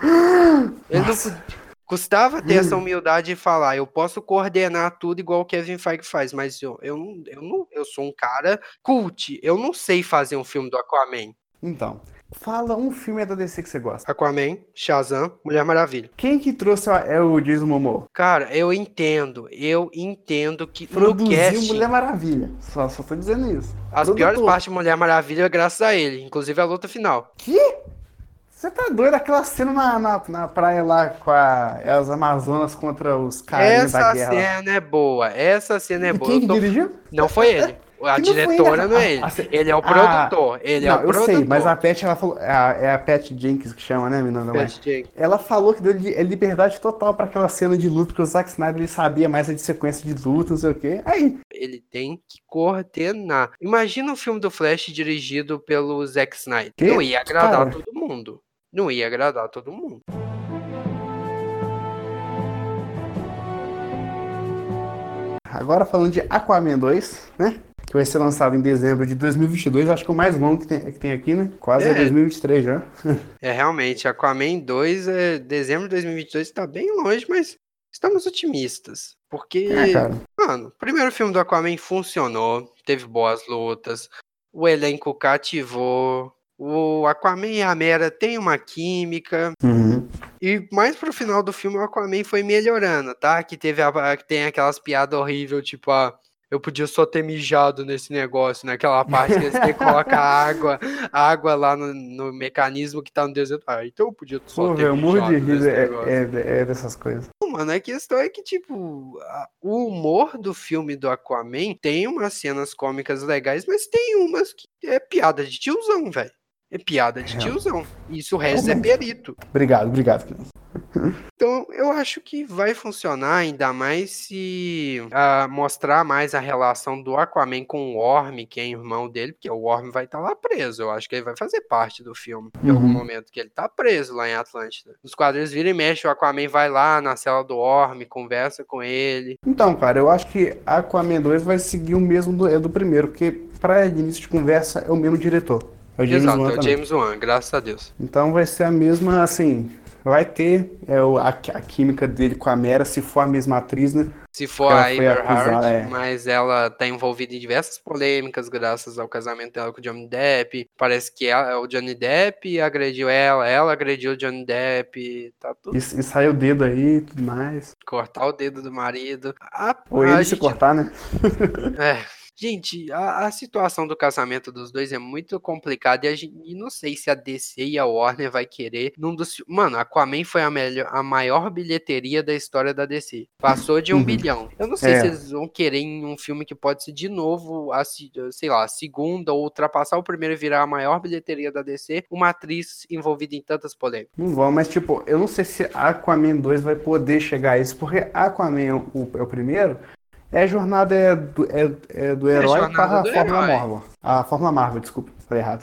Ele não Nossa. podia. Custava ter essa humildade de falar, eu posso coordenar tudo igual o Kevin Feige faz, mas eu, eu, não, eu, não, eu sou um cara cult, eu não sei fazer um filme do Aquaman. Então, fala um filme da D C que você gosta. Aquaman, Shazam, Mulher Maravilha. Quem que trouxe a- é o Jason Momoa? Cara, eu entendo, eu entendo que no Produziu casting, Mulher Maravilha. Só, só tô dizendo isso. as piores Produtor. partes de Mulher Maravilha é graças a ele, inclusive a luta final. Que? Você tá doido? Aquela cena na, na, na praia lá com a, as Amazonas contra os carinhas da Essa guerra lá. cena é boa, essa cena é E boa. quem Eu que tô- dirigiu? Não foi ele. A Que não foi diretora ele. não é A- ele. a- Ele é o a- produtor. Ele é Não, o eu produtor. sei, mas a Pat, ela falou. a- É a Pat Jenkins que chama, né, menina? Pat Jenkins. Ela falou que deu li- é liberdade total pra aquela cena de luta, porque o Zack Snyder ele sabia mais de sequência de luta, não sei o quê. Aí, Ele tem que coordenar. Imagina um filme do Flash dirigido pelo Zack Snyder. Quê? Não ia agradar Cara. todo mundo. Não ia agradar todo mundo. Agora falando de Aquaman dois, né? Que vai ser lançado em dezembro de dois mil e vinte e dois, acho que é o mais longo que tem, que tem aqui, né? Quase é É. dois mil e vinte e três já. É, realmente, Aquaman dois, é, dezembro de dois mil e vinte e dois, está bem longe, mas estamos otimistas. Porque, É, cara. mano, o primeiro filme do Aquaman funcionou, teve boas lutas, o elenco cativou, o Aquaman e a Mera têm uma química, Uhum. e mais pro final do filme o Aquaman foi melhorando, tá? Que teve a, que tem aquelas piadas horríveis, tipo, ah, eu podia só ter mijado nesse negócio, naquela parte que você coloca água, água lá no, no mecanismo que tá no deserto. Ah, então eu podia só Pô, ter velho, eu morro de mijado rir nesse é, negócio. é, é dessas coisas. Não, mano, a questão é que, tipo, a- o humor do filme do Aquaman tem umas cenas cômicas legais, mas tem umas que é piada de tiozão, velho. É piada de Real- tiozão. Isso o resto é Realmente. perito. Obrigado, obrigado, criança. Então, eu acho que vai funcionar, ainda mais se ah, mostrar mais a relação do Aquaman com o Orm, que é irmão dele, porque o Orm vai estar lá preso. Eu acho que ele vai fazer parte do filme em algum Uhum. momento, que ele tá preso lá em Atlântida. Nos quadrinhos vira e mexe, o Aquaman vai lá na cela do Orm, conversa com ele. Então, cara, eu acho que Aquaman dois vai seguir o mesmo do, é do primeiro, porque pra início de conversa é o mesmo diretor. É o James Exato, Wan é o também. James Wan, graças a Deus. Então vai ser a mesma, assim, vai ter é, o- a, a química dele com a Mera, se for a mesma atriz, né? Se Porque for ela a foi Amber acusada, Heard, é. mas ela tá envolvida em diversas polêmicas graças ao casamento dela com o Johnny Depp. Parece que ela- o Johnny Depp agrediu ela, ela agrediu o Johnny Depp, tá E, tudo. e saiu o dedo aí e tudo mais. Cortar o dedo do marido. A, Ou a ele se gente cortar, né? É, gente, a, a situação do casamento dos dois é muito complicada e, a gen- e não sei se a D C e a Warner vai querer num dos, fi- mano, Aquaman foi a, melhor, a maior bilheteria da história da D C. Passou de um Uhum. bilhão. Eu não sei se É, eles vão querer em um filme que pode ser de novo, a, se- sei lá, a segunda ou ultrapassar o primeiro e virar a maior bilheteria da D C, uma atriz envolvida em tantas polêmicas. não vão, mas tipo, eu não sei se Aquaman dois vai poder chegar a isso, porque Aquaman, é o, é o primeiro, é a jornada é do, é, é do É a herói jornada para a do Fórmula herói. Marvel. A Fórmula Marvel, desculpa, falei errado.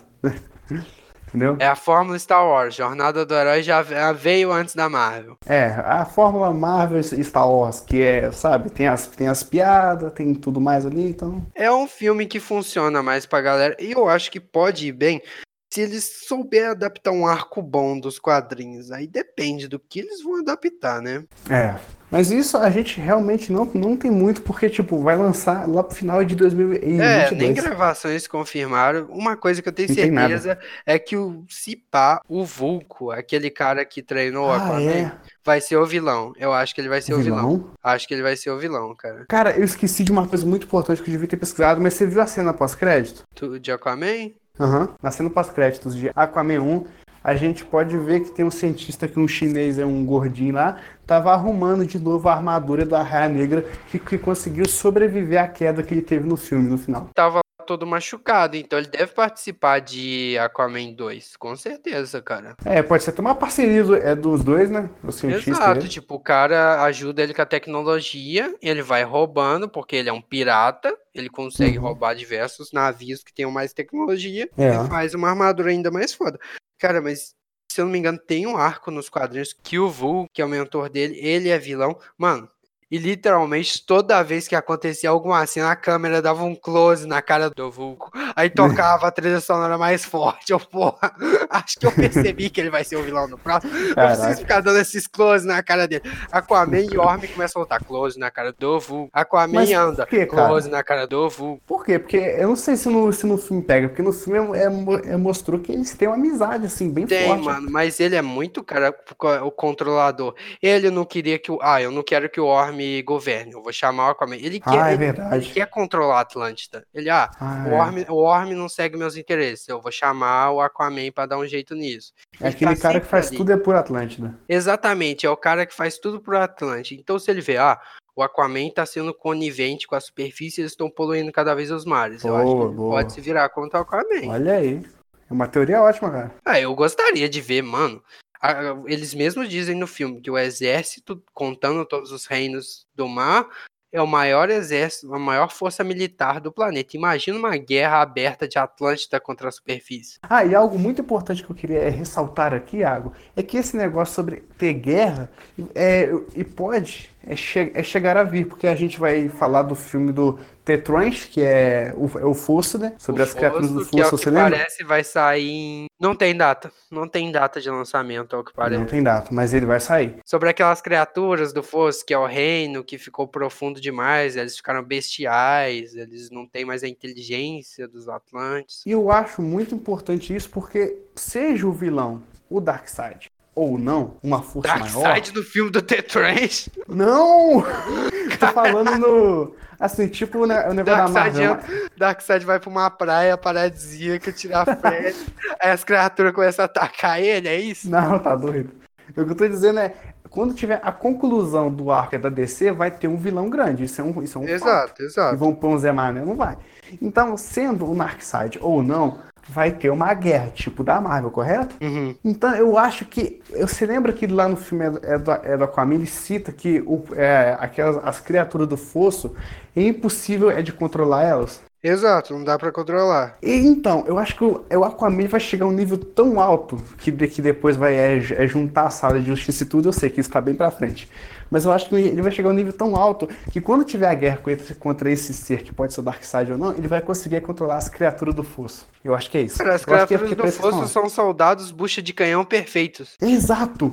Entendeu? É a fórmula Star Wars. Jornada do herói já veio antes da Marvel. É, a Fórmula Marvel e Star Wars, que é, sabe, tem as, tem as piadas, tem tudo mais ali, então. É um filme que funciona mais pra galera. E eu acho que pode ir bem se eles souberem adaptar um arco bom dos quadrinhos. Aí depende do que eles vão adaptar, né? É. Mas isso a gente realmente não, não tem muito, porque, tipo, vai lançar lá pro final de É, nem dois mil e vinte e dois. gravações confirmaram. Uma coisa que eu tenho Não tem nada. certeza é que o Cipá, o Vulco, aquele cara que treinou o Ah, Aquaman, é. vai ser o vilão. Eu acho que ele vai O ser o vilão. vilão? Acho que ele vai ser o vilão, cara. Cara, eu esqueci de uma coisa muito importante que eu devia ter pesquisado, mas você viu a cena pós-crédito? Tu, de Aquaman? Aham. Na cena pós-créditos de Aquaman um, a gente pode ver que tem um cientista que um chinês, é um gordinho lá, tava arrumando de novo a armadura da Raia Negra que, que conseguiu sobreviver à queda que ele teve no filme no final. Tava todo machucado, então ele deve participar de Aquaman dois, com certeza, cara. É, pode ser até uma parceria do- é, dos dois, né? O cientista e Exato, ele. tipo, o cara ajuda ele com a tecnologia, ele vai roubando, porque ele é um pirata, ele consegue Uhum. roubar diversos navios que tenham mais tecnologia É. e faz uma armadura ainda mais foda. Cara, mas se eu não me engano, tem um arco nos quadrinhos que o Vul, que é o mentor dele, ele é vilão. Mano, e literalmente toda vez que acontecia alguma cena, a câmera dava um close na cara do Vulco. Aí tocava a trilha sonora mais forte. Eu, porra, acho que eu percebi que ele vai ser o vilão no próximo. Eu preciso Caraca. ficar dando esses close na cara dele. Aquaman e Orm começam a lutar close na cara do Vulco. Aquaman Mas anda por que, cara? close na cara do Vulco. Por quê? Porque eu não sei se no, se no filme pega, porque no filme é, é mo- é- mostrou que eles têm uma amizade, assim, bem Tem, forte. mano, mas ele é muito cara, o controlador. Ele não queria que o. Ah, eu não quero que o Orm governe. Eu vou chamar o Aquaman. Ele quer, Ah, é ele, ele verdade. quer controlar a Atlântida. Ele, ah, Ah, o é. Orm, o Orm não segue meus interesses. Eu vou chamar o Aquaman pra dar um jeito nisso. É Ele tá aquele cara que sempre faz ali. tudo é por Atlântida. Exatamente, é o cara que faz tudo pro Atlântida. Então, se ele vê, ah, o Aquaman tá sendo conivente com a superfície, eles estão poluindo cada vez os mares. Eu acho que Boa, ele boa. pode se virar contra o Aquaman. Olha aí. É uma teoria ótima, cara. Ah, eu gostaria de ver, mano. a- Eles mesmos dizem no filme que o exército, contando todos os reinos do mar, é o maior exército, a maior força militar do planeta. Imagina uma guerra aberta de Atlântida contra a superfície. Ah, e algo muito importante que eu queria é, ressaltar aqui, Iago, é que esse negócio sobre ter guerra é, e pode é, che- é chegar a vir, porque a gente vai falar do filme do The Trench, que é o, é o Fosso, né? Sobre O as criaturas do Fosso, que é o Fosso, que você lembra? parece, vai sair em... Não tem data. Não tem data de lançamento, é o que parece. Não tem data, mas ele vai sair. Sobre aquelas criaturas do Fosso, que é o reino, que ficou profundo demais, eles ficaram bestiais, eles não têm mais a inteligência dos Atlantes. E eu acho muito importante isso, porque seja o vilão o Darkseid ou não, uma força maior. Darkseid no filme do The Trench. Não! Tô falando no. Assim, tipo o ne- o negócio da Darkseid, Marvel. entra- Darkseid vai pra uma praia paradisíaca, tirar férias, aí as criaturas começam a atacar ele, é isso? Não, tá doido. O que eu tô dizendo é, quando tiver a conclusão do arco da D C, vai ter um vilão grande. Isso é um, isso é um fato. Exato, E exato. vão pôr um Zé Mané? Não vai. Então, sendo o Darkseid ou não, vai ter uma guerra, tipo da Marvel, correto? Uhum. Então, eu acho que. Você lembra que lá no filme é do, é do, é do Aquaman, ele cita que o, é, aquelas, as criaturas do fosso é impossível é de controlar elas? Exato, não dá pra controlar. E, então, eu acho que o, o Aquaman vai chegar a um nível tão alto que, de- que depois vai é, é juntar a sala de justiça e tudo. Eu sei que isso tá bem pra frente. Mas eu acho que ele vai chegar a um nível tão alto que quando tiver a guerra contra, contra esse ser, que pode ser o Darkseid ou não, ele vai conseguir controlar as criaturas do fosso. Eu acho que é isso. Cara, as Eu acho que é criaturas porque do parece que Fosso são- são soldados bucha de canhão perfeitos. Exato!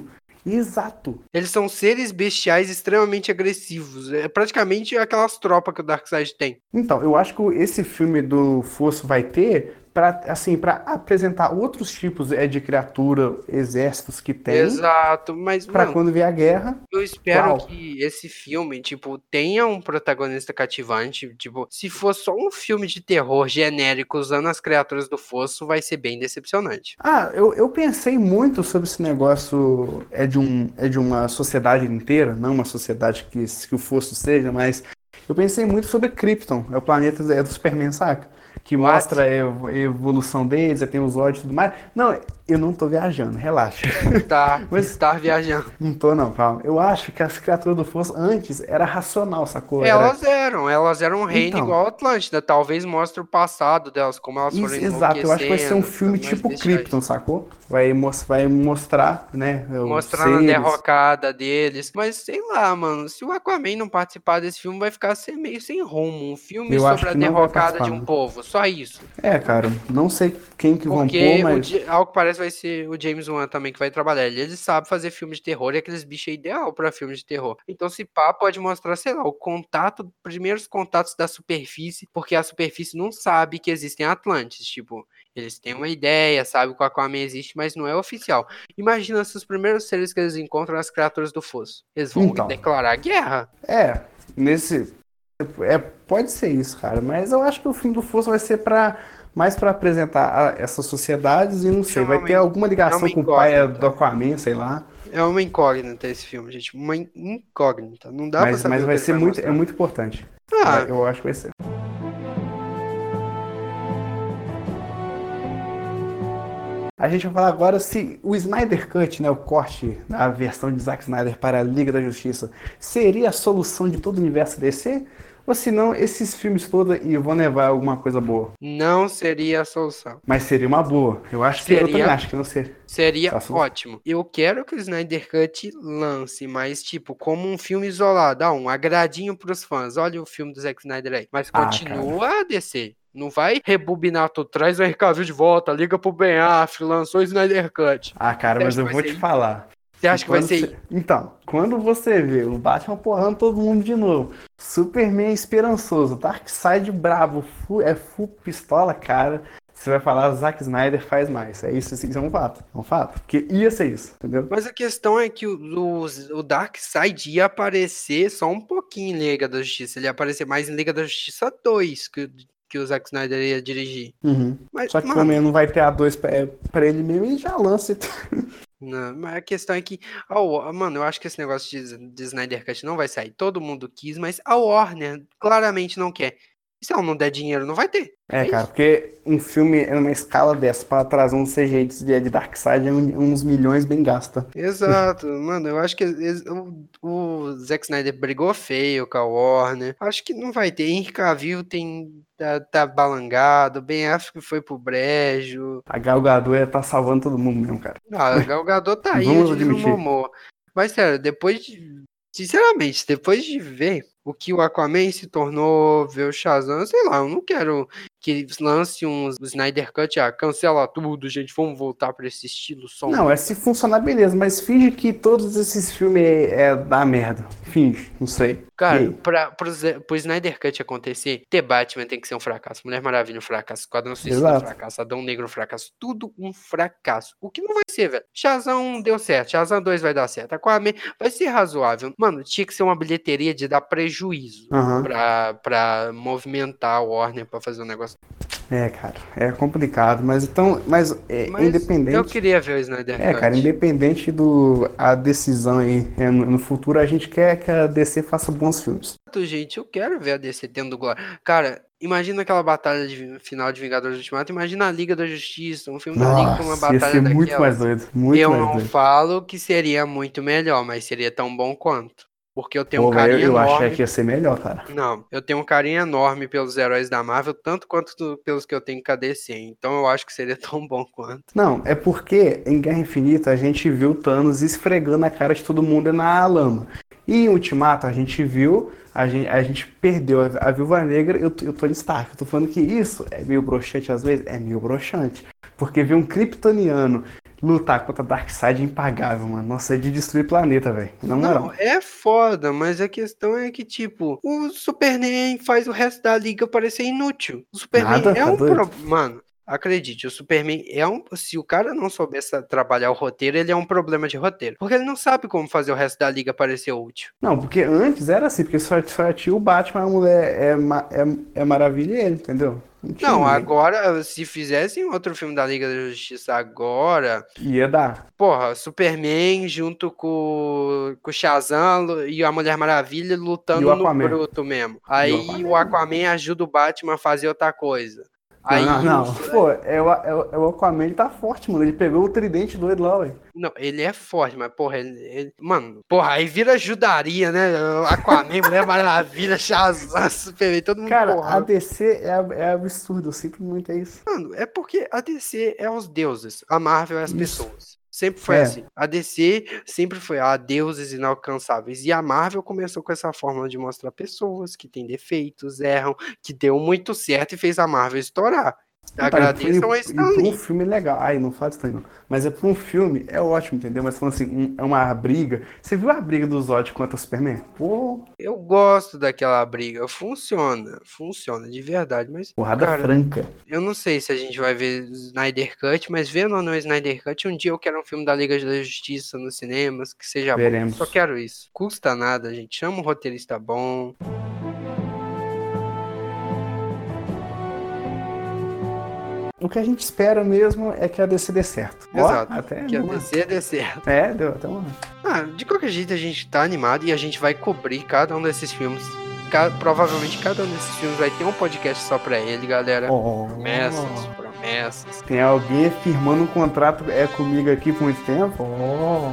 Exato. Eles são seres bestiais extremamente agressivos. É praticamente aquelas tropas que o Darkseid tem. Então, eu acho que esse filme do Fosso vai ter para assim, para apresentar outros tipos é, de criatura, exércitos que tem, Exato, mas, para mano, quando vier a guerra. eu espero Uau. que esse filme, tipo, tenha um protagonista cativante. Tipo, se for só um filme de terror genérico usando as criaturas do fosso, vai ser bem decepcionante. Ah, eu, eu pensei muito sobre esse negócio é de, um, é de uma sociedade inteira, não uma sociedade que, que o Fosso seja, mas eu pensei muito sobre Krypton, é o planeta é do Superman, saca? Que What? mostra a evo- a evolução deles, aí tem os olhos e tudo mais. Não, eu não tô viajando, relaxa. Tá, Mas estar viajando. não tô não, calma. Eu acho que as criaturas do Fosso antes era racional, sacou? Era... Elas eram, elas eram um reino Então, igual a Atlântida. Talvez mostre o passado delas, como elas foram isso, exato, eu acho que vai ser um enlouquecendo, filme ficando mais tipo bestiais. Krypton, sacou? Vai, mos- vai mostrar, né, os Mostrando a seres. derrocada deles. Mas sei lá, mano. Se o Aquaman não participar desse filme, vai ficar sem- meio sem rumo. Um filme Eu acho sobre a que não vai derrocada participar, de um não. povo. Só isso. É, cara, não sei quem que vão pôr, Porque, o, mas. Ja- ao que parece, vai ser o James Wan também que vai trabalhar. Ele, ele sabe fazer filme de terror e aqueles bichos é ideal pra filme de terror. Então, se pá, pode mostrar, sei lá, o contato, primeiros contatos da superfície, porque a superfície não sabe que existem Atlantes. Tipo, eles têm uma ideia, sabem que o Aquaman existe, mas não é oficial. Imagina se os primeiros seres que eles encontram as criaturas do fosso. Eles vão Então, declarar guerra. é, nesse. É, pode ser isso, cara, mas eu acho que o filme do Fosso vai ser pra, mais pra apresentar a- essas sociedades e não sei, É vai uma, ter alguma é uma ligação com o pai é, do incógnita. Aquaman, sei lá. É uma incógnita esse filme, gente. Uma in- incógnita. Não dá pra Mas, saber mas o que vai ele ser vai muito, é mostrar. muito importante. Vai- Ah, eu acho que vai ser. A gente vai falar agora se o Snyder Cut, né, o corte da versão de Zack Snyder para a Liga da Justiça, seria a solução de todo o universo D C? Ou se não, esses filmes todos e vão levar a alguma coisa boa? não seria a solução. Mas seria uma boa. Eu acho que eu também Seria, acho que não seria seria a solução. ótimo. Eu quero que o Snyder Cut lance, mas tipo, como um filme isolado, ah, um agradinho pros fãs. Olha o filme do Zack Snyder aí. Mas Ah, cara. continua a descer. Não vai rebobinar tudo. Traz o Henry Cavill de volta, liga pro Ben Affleck, lançou o Snyder Cut. Ah, cara, Você mas acha que eu vai vou ser te isso? falar. Você Que acha que vai quando ser você... isso? Então, quando você vê o Batman porrando todo mundo de novo, Superman esperançoso, Darkseid brabo, full, é full pistola, cara, você vai falar Zack Snyder faz mais. É isso, isso é um fato. É um fato. Porque ia ser isso, entendeu? Mas a questão é que o, o, o Darkseid ia aparecer só um pouquinho em Liga da Justiça. Ele ia aparecer mais em Liga da Justiça dois, que, que o Zack Snyder ia dirigir. Uhum. Mas, Só que como mano, ele não vai ter a dois pra, é, pra ele mesmo, ele já lança. não, mas a questão é que, a Wa- mano, eu acho que esse negócio de, de Snyder Cut não vai sair. Todo mundo quis, mas a Warner claramente não quer. E se ela não der dinheiro, não vai ter. É, É cara, isso. porque um filme numa escala dessa, pra trazer um C G I de de Darkseid, é um- uns milhões bem gasta. Exato, mano, eu acho que eles- o, o Zack Snyder brigou feio com a Warner. Acho que não vai ter. Henry Cavill tem, tá, tá balangado, Ben Affleck foi pro brejo. A Gal Gadot é, tá salvando todo mundo mesmo, cara. Ah, o Gal Gadot tá aí, o Vamos Jason admitir. Momoa. Mas, sério, depois de... Sinceramente, depois de ver o que o Aquaman se tornou, ver o Shazam, sei lá, eu não quero que lance um Snyder Cut, ah, cancela tudo, gente, vamos voltar pra esse estilo Não, é sombrio. se funcionar, beleza, mas finge que todos esses filmes é, é da merda. Finge, não sei. E Cara, aí? pra, pro, Zé- pro Snyder Cut acontecer, ter Batman tem que ser um fracasso. Mulher Maravilha, um fracasso. Esquadrão Suicida, um Exato. fracasso. Adão Negro, um fracasso. Tudo um fracasso. O que não vai ser, velho? Shazam um deu certo. Shazam dois vai dar certo. Aquaman vai ser razoável. Mano, tinha que ser uma bilheteria de dar prejuízo Aham. pra, pra movimentar a Warner pra fazer um negócio. É, cara, é complicado, mas então, mas é, Mas eu independente. queria ver o Snyder É, Cut. cara, independente do a decisão aí, é, no, no futuro a gente quer que a D C faça bons filmes. Gente, eu quero ver a D C tendo glória. Cara, imagina aquela batalha de final de Vingadores Ultimato. Imagina a Liga da Justiça, um filme da Liga com uma Nossa, ia batalha ser muito mais daquelas. doido, muito Eu mais não doido. falo que seria muito melhor, mas seria tão bom quanto. Porque eu tenho um Pô, velho, carinho eu achei enorme. que ia ser melhor, cara. Não, eu tenho um carinho enorme pelos heróis da Marvel, tanto quanto do- pelos que eu tenho com a D C. Então eu acho que seria tão bom quanto. Não, é porque em Guerra Infinita a gente viu o Thanos esfregando a cara de todo mundo na lama. E em Ultimato a gente viu, a gente, a gente perdeu a, a Viúva Negra e o, e o Tony Stark. Eu tô falando que isso é meio broxante às vezes? É meio broxante. Porque ver um kryptoniano lutar contra Darkseid é impagável, mano. Nossa, é de destruir planeta, velho. Na moral. Não, é foda, mas a questão é que, tipo, o Superman faz o resto da liga parecer inútil. O Superman Nada, é tá um doido? problema. Mano, acredite, o Superman é um. Se o cara não soubesse trabalhar o roteiro, ele é um problema de roteiro. Porque ele não sabe como fazer o resto da liga parecer útil. Não, porque antes era assim, porque só, só tinha o Batman, a mulher é, ma- é, é maravilha e ele, entendeu? Não tinha Não, ninguém. agora, se fizessem outro filme da Liga da Justiça agora, Ia dar. porra, Superman junto com, com o Shazam e a Mulher Maravilha E lutando o no Aquaman. bruto mesmo. E o Aí o Aquaman. Aquaman ajuda o Batman a fazer outra coisa. Não, não, Aí o. não. Pô, é o, é, o, é o Aquaman, ele tá forte, mano. Ele pegou o tridente doido lá, ué. Não, ele é forte, mas porra, ele, ele- Mano, porra, aí vira ajudaria, né? Aquaman, Mulher Maravilha, Shazam, Superman, todo mundo Cara, porra. a D C é, é absurdo, simplesmente é isso. Mano, é porque a D C é os deuses, a Marvel é as Isso. pessoas. Sempre foi É. assim. A D C sempre foi a deuses inalcançáveis. E a Marvel começou com essa fórmula de mostrar pessoas que têm defeitos, erram, que deu muito certo e fez a Marvel estourar. Não, tá, Agradeçam a e, Stan e pra um Lee. filme legal. Ai, não fala isso aí não. Mas é pra um filme, é ótimo, entendeu? Mas falando assim, um- é uma briga. Você viu a briga do Zod contra o Superman? Pô, Eu gosto daquela briga. Funciona, funciona de verdade. Mas, porrada cara, franca. eu não sei se a gente vai ver Snyder Cut, mas vendo ou não Snyder Cut, um dia eu quero um filme da Liga da Justiça nos cinemas, que seja Veremos. bom. Só quero isso. Custa nada, gente. Chama um roteirista bom. O que a gente espera mesmo é que a D C dê certo. Ó, Exato. até Que a deu uma- D C dê certo. É, deu até uma. Ah, de qualquer jeito a gente tá animado e a gente vai cobrir cada um desses filmes. Ca- provavelmente cada um desses filmes vai ter um podcast só pra ele, galera. Oh. Promessas, promessas. Tem alguém firmando um contrato é comigo aqui por muito tempo? Oh.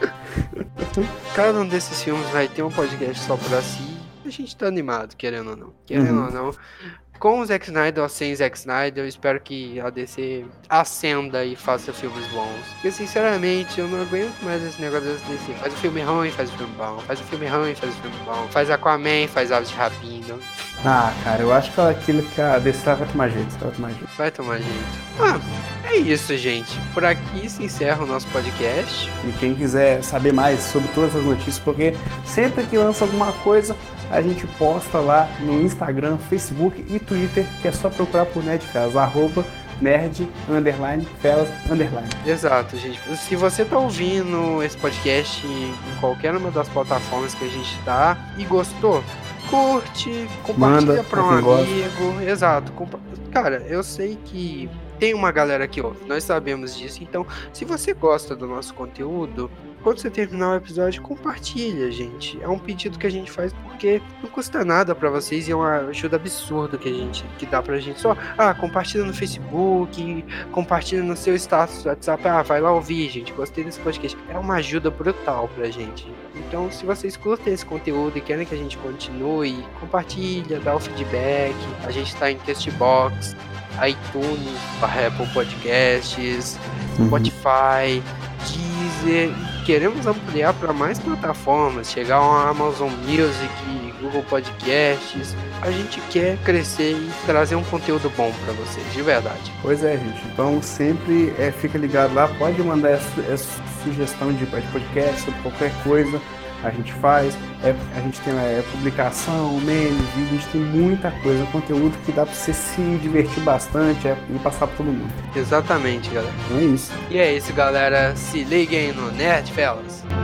Cada um desses filmes vai ter um podcast só pra si. A gente tá animado, querendo ou não. Querendo Uhum. ou não. Com o Zack Snyder ou sem Zack Snyder, eu espero que a D C acenda e faça filmes bons. Porque, sinceramente, eu não aguento mais esse negócio da D C. Faz um filme ruim, faz um filme bom. Faz um filme ruim, faz um filme bom. Faz Aquaman, faz Aves de Rapina. Ah, cara, eu acho que aquilo que a D C vai tomar jeito, vai tomar jeito. Vai tomar jeito. Ah, é isso, gente. Por aqui se encerra o nosso podcast. E quem quiser saber mais sobre todas as notícias, porque sempre que lança alguma coisa, a gente posta lá no Instagram, Facebook e Twitter, que é só procurar por Nerdfellas, arroba nerd, underline, fellas, underline. Exato, gente. Se você tá ouvindo esse podcast em qualquer uma das plataformas que a gente tá e gostou, curte, compartilha Manda pra pra um quem gosta. amigo. Exato. compa- Cara, eu sei que tem uma galera que ouve, nós sabemos disso. Então, se você gosta do nosso conteúdo, quando você terminar o episódio, compartilha, gente. É um pedido que a gente faz porque não custa nada pra vocês e é uma ajuda absurda que a gente que dá pra gente. Só, ah, compartilha no Facebook, compartilha no seu status do WhatsApp. Ah, vai lá ouvir, gente. Gostei desse podcast. É uma ajuda brutal pra gente. Então, se vocês curtem esse conteúdo e querem que a gente continue, compartilha, dá o feedback. A gente tá em Castbox, iTunes, Apple Podcasts, Spotify, Deezer. Queremos ampliar para mais plataformas, chegar a Amazon Music, Google Podcasts. A gente quer crescer e trazer um conteúdo bom para vocês, de verdade. Pois é, gente. Então sempre é, fica ligado lá, pode mandar essa, essa sugestão de, de podcast sobre qualquer coisa. A gente faz, é, a gente tem é, publicação, meme, vídeo, a gente tem muita coisa, conteúdo que dá pra você se divertir bastante é, e passar pra todo mundo. Exatamente, galera. Então é isso. E é isso, galera. Se liguem no Nerdfellas.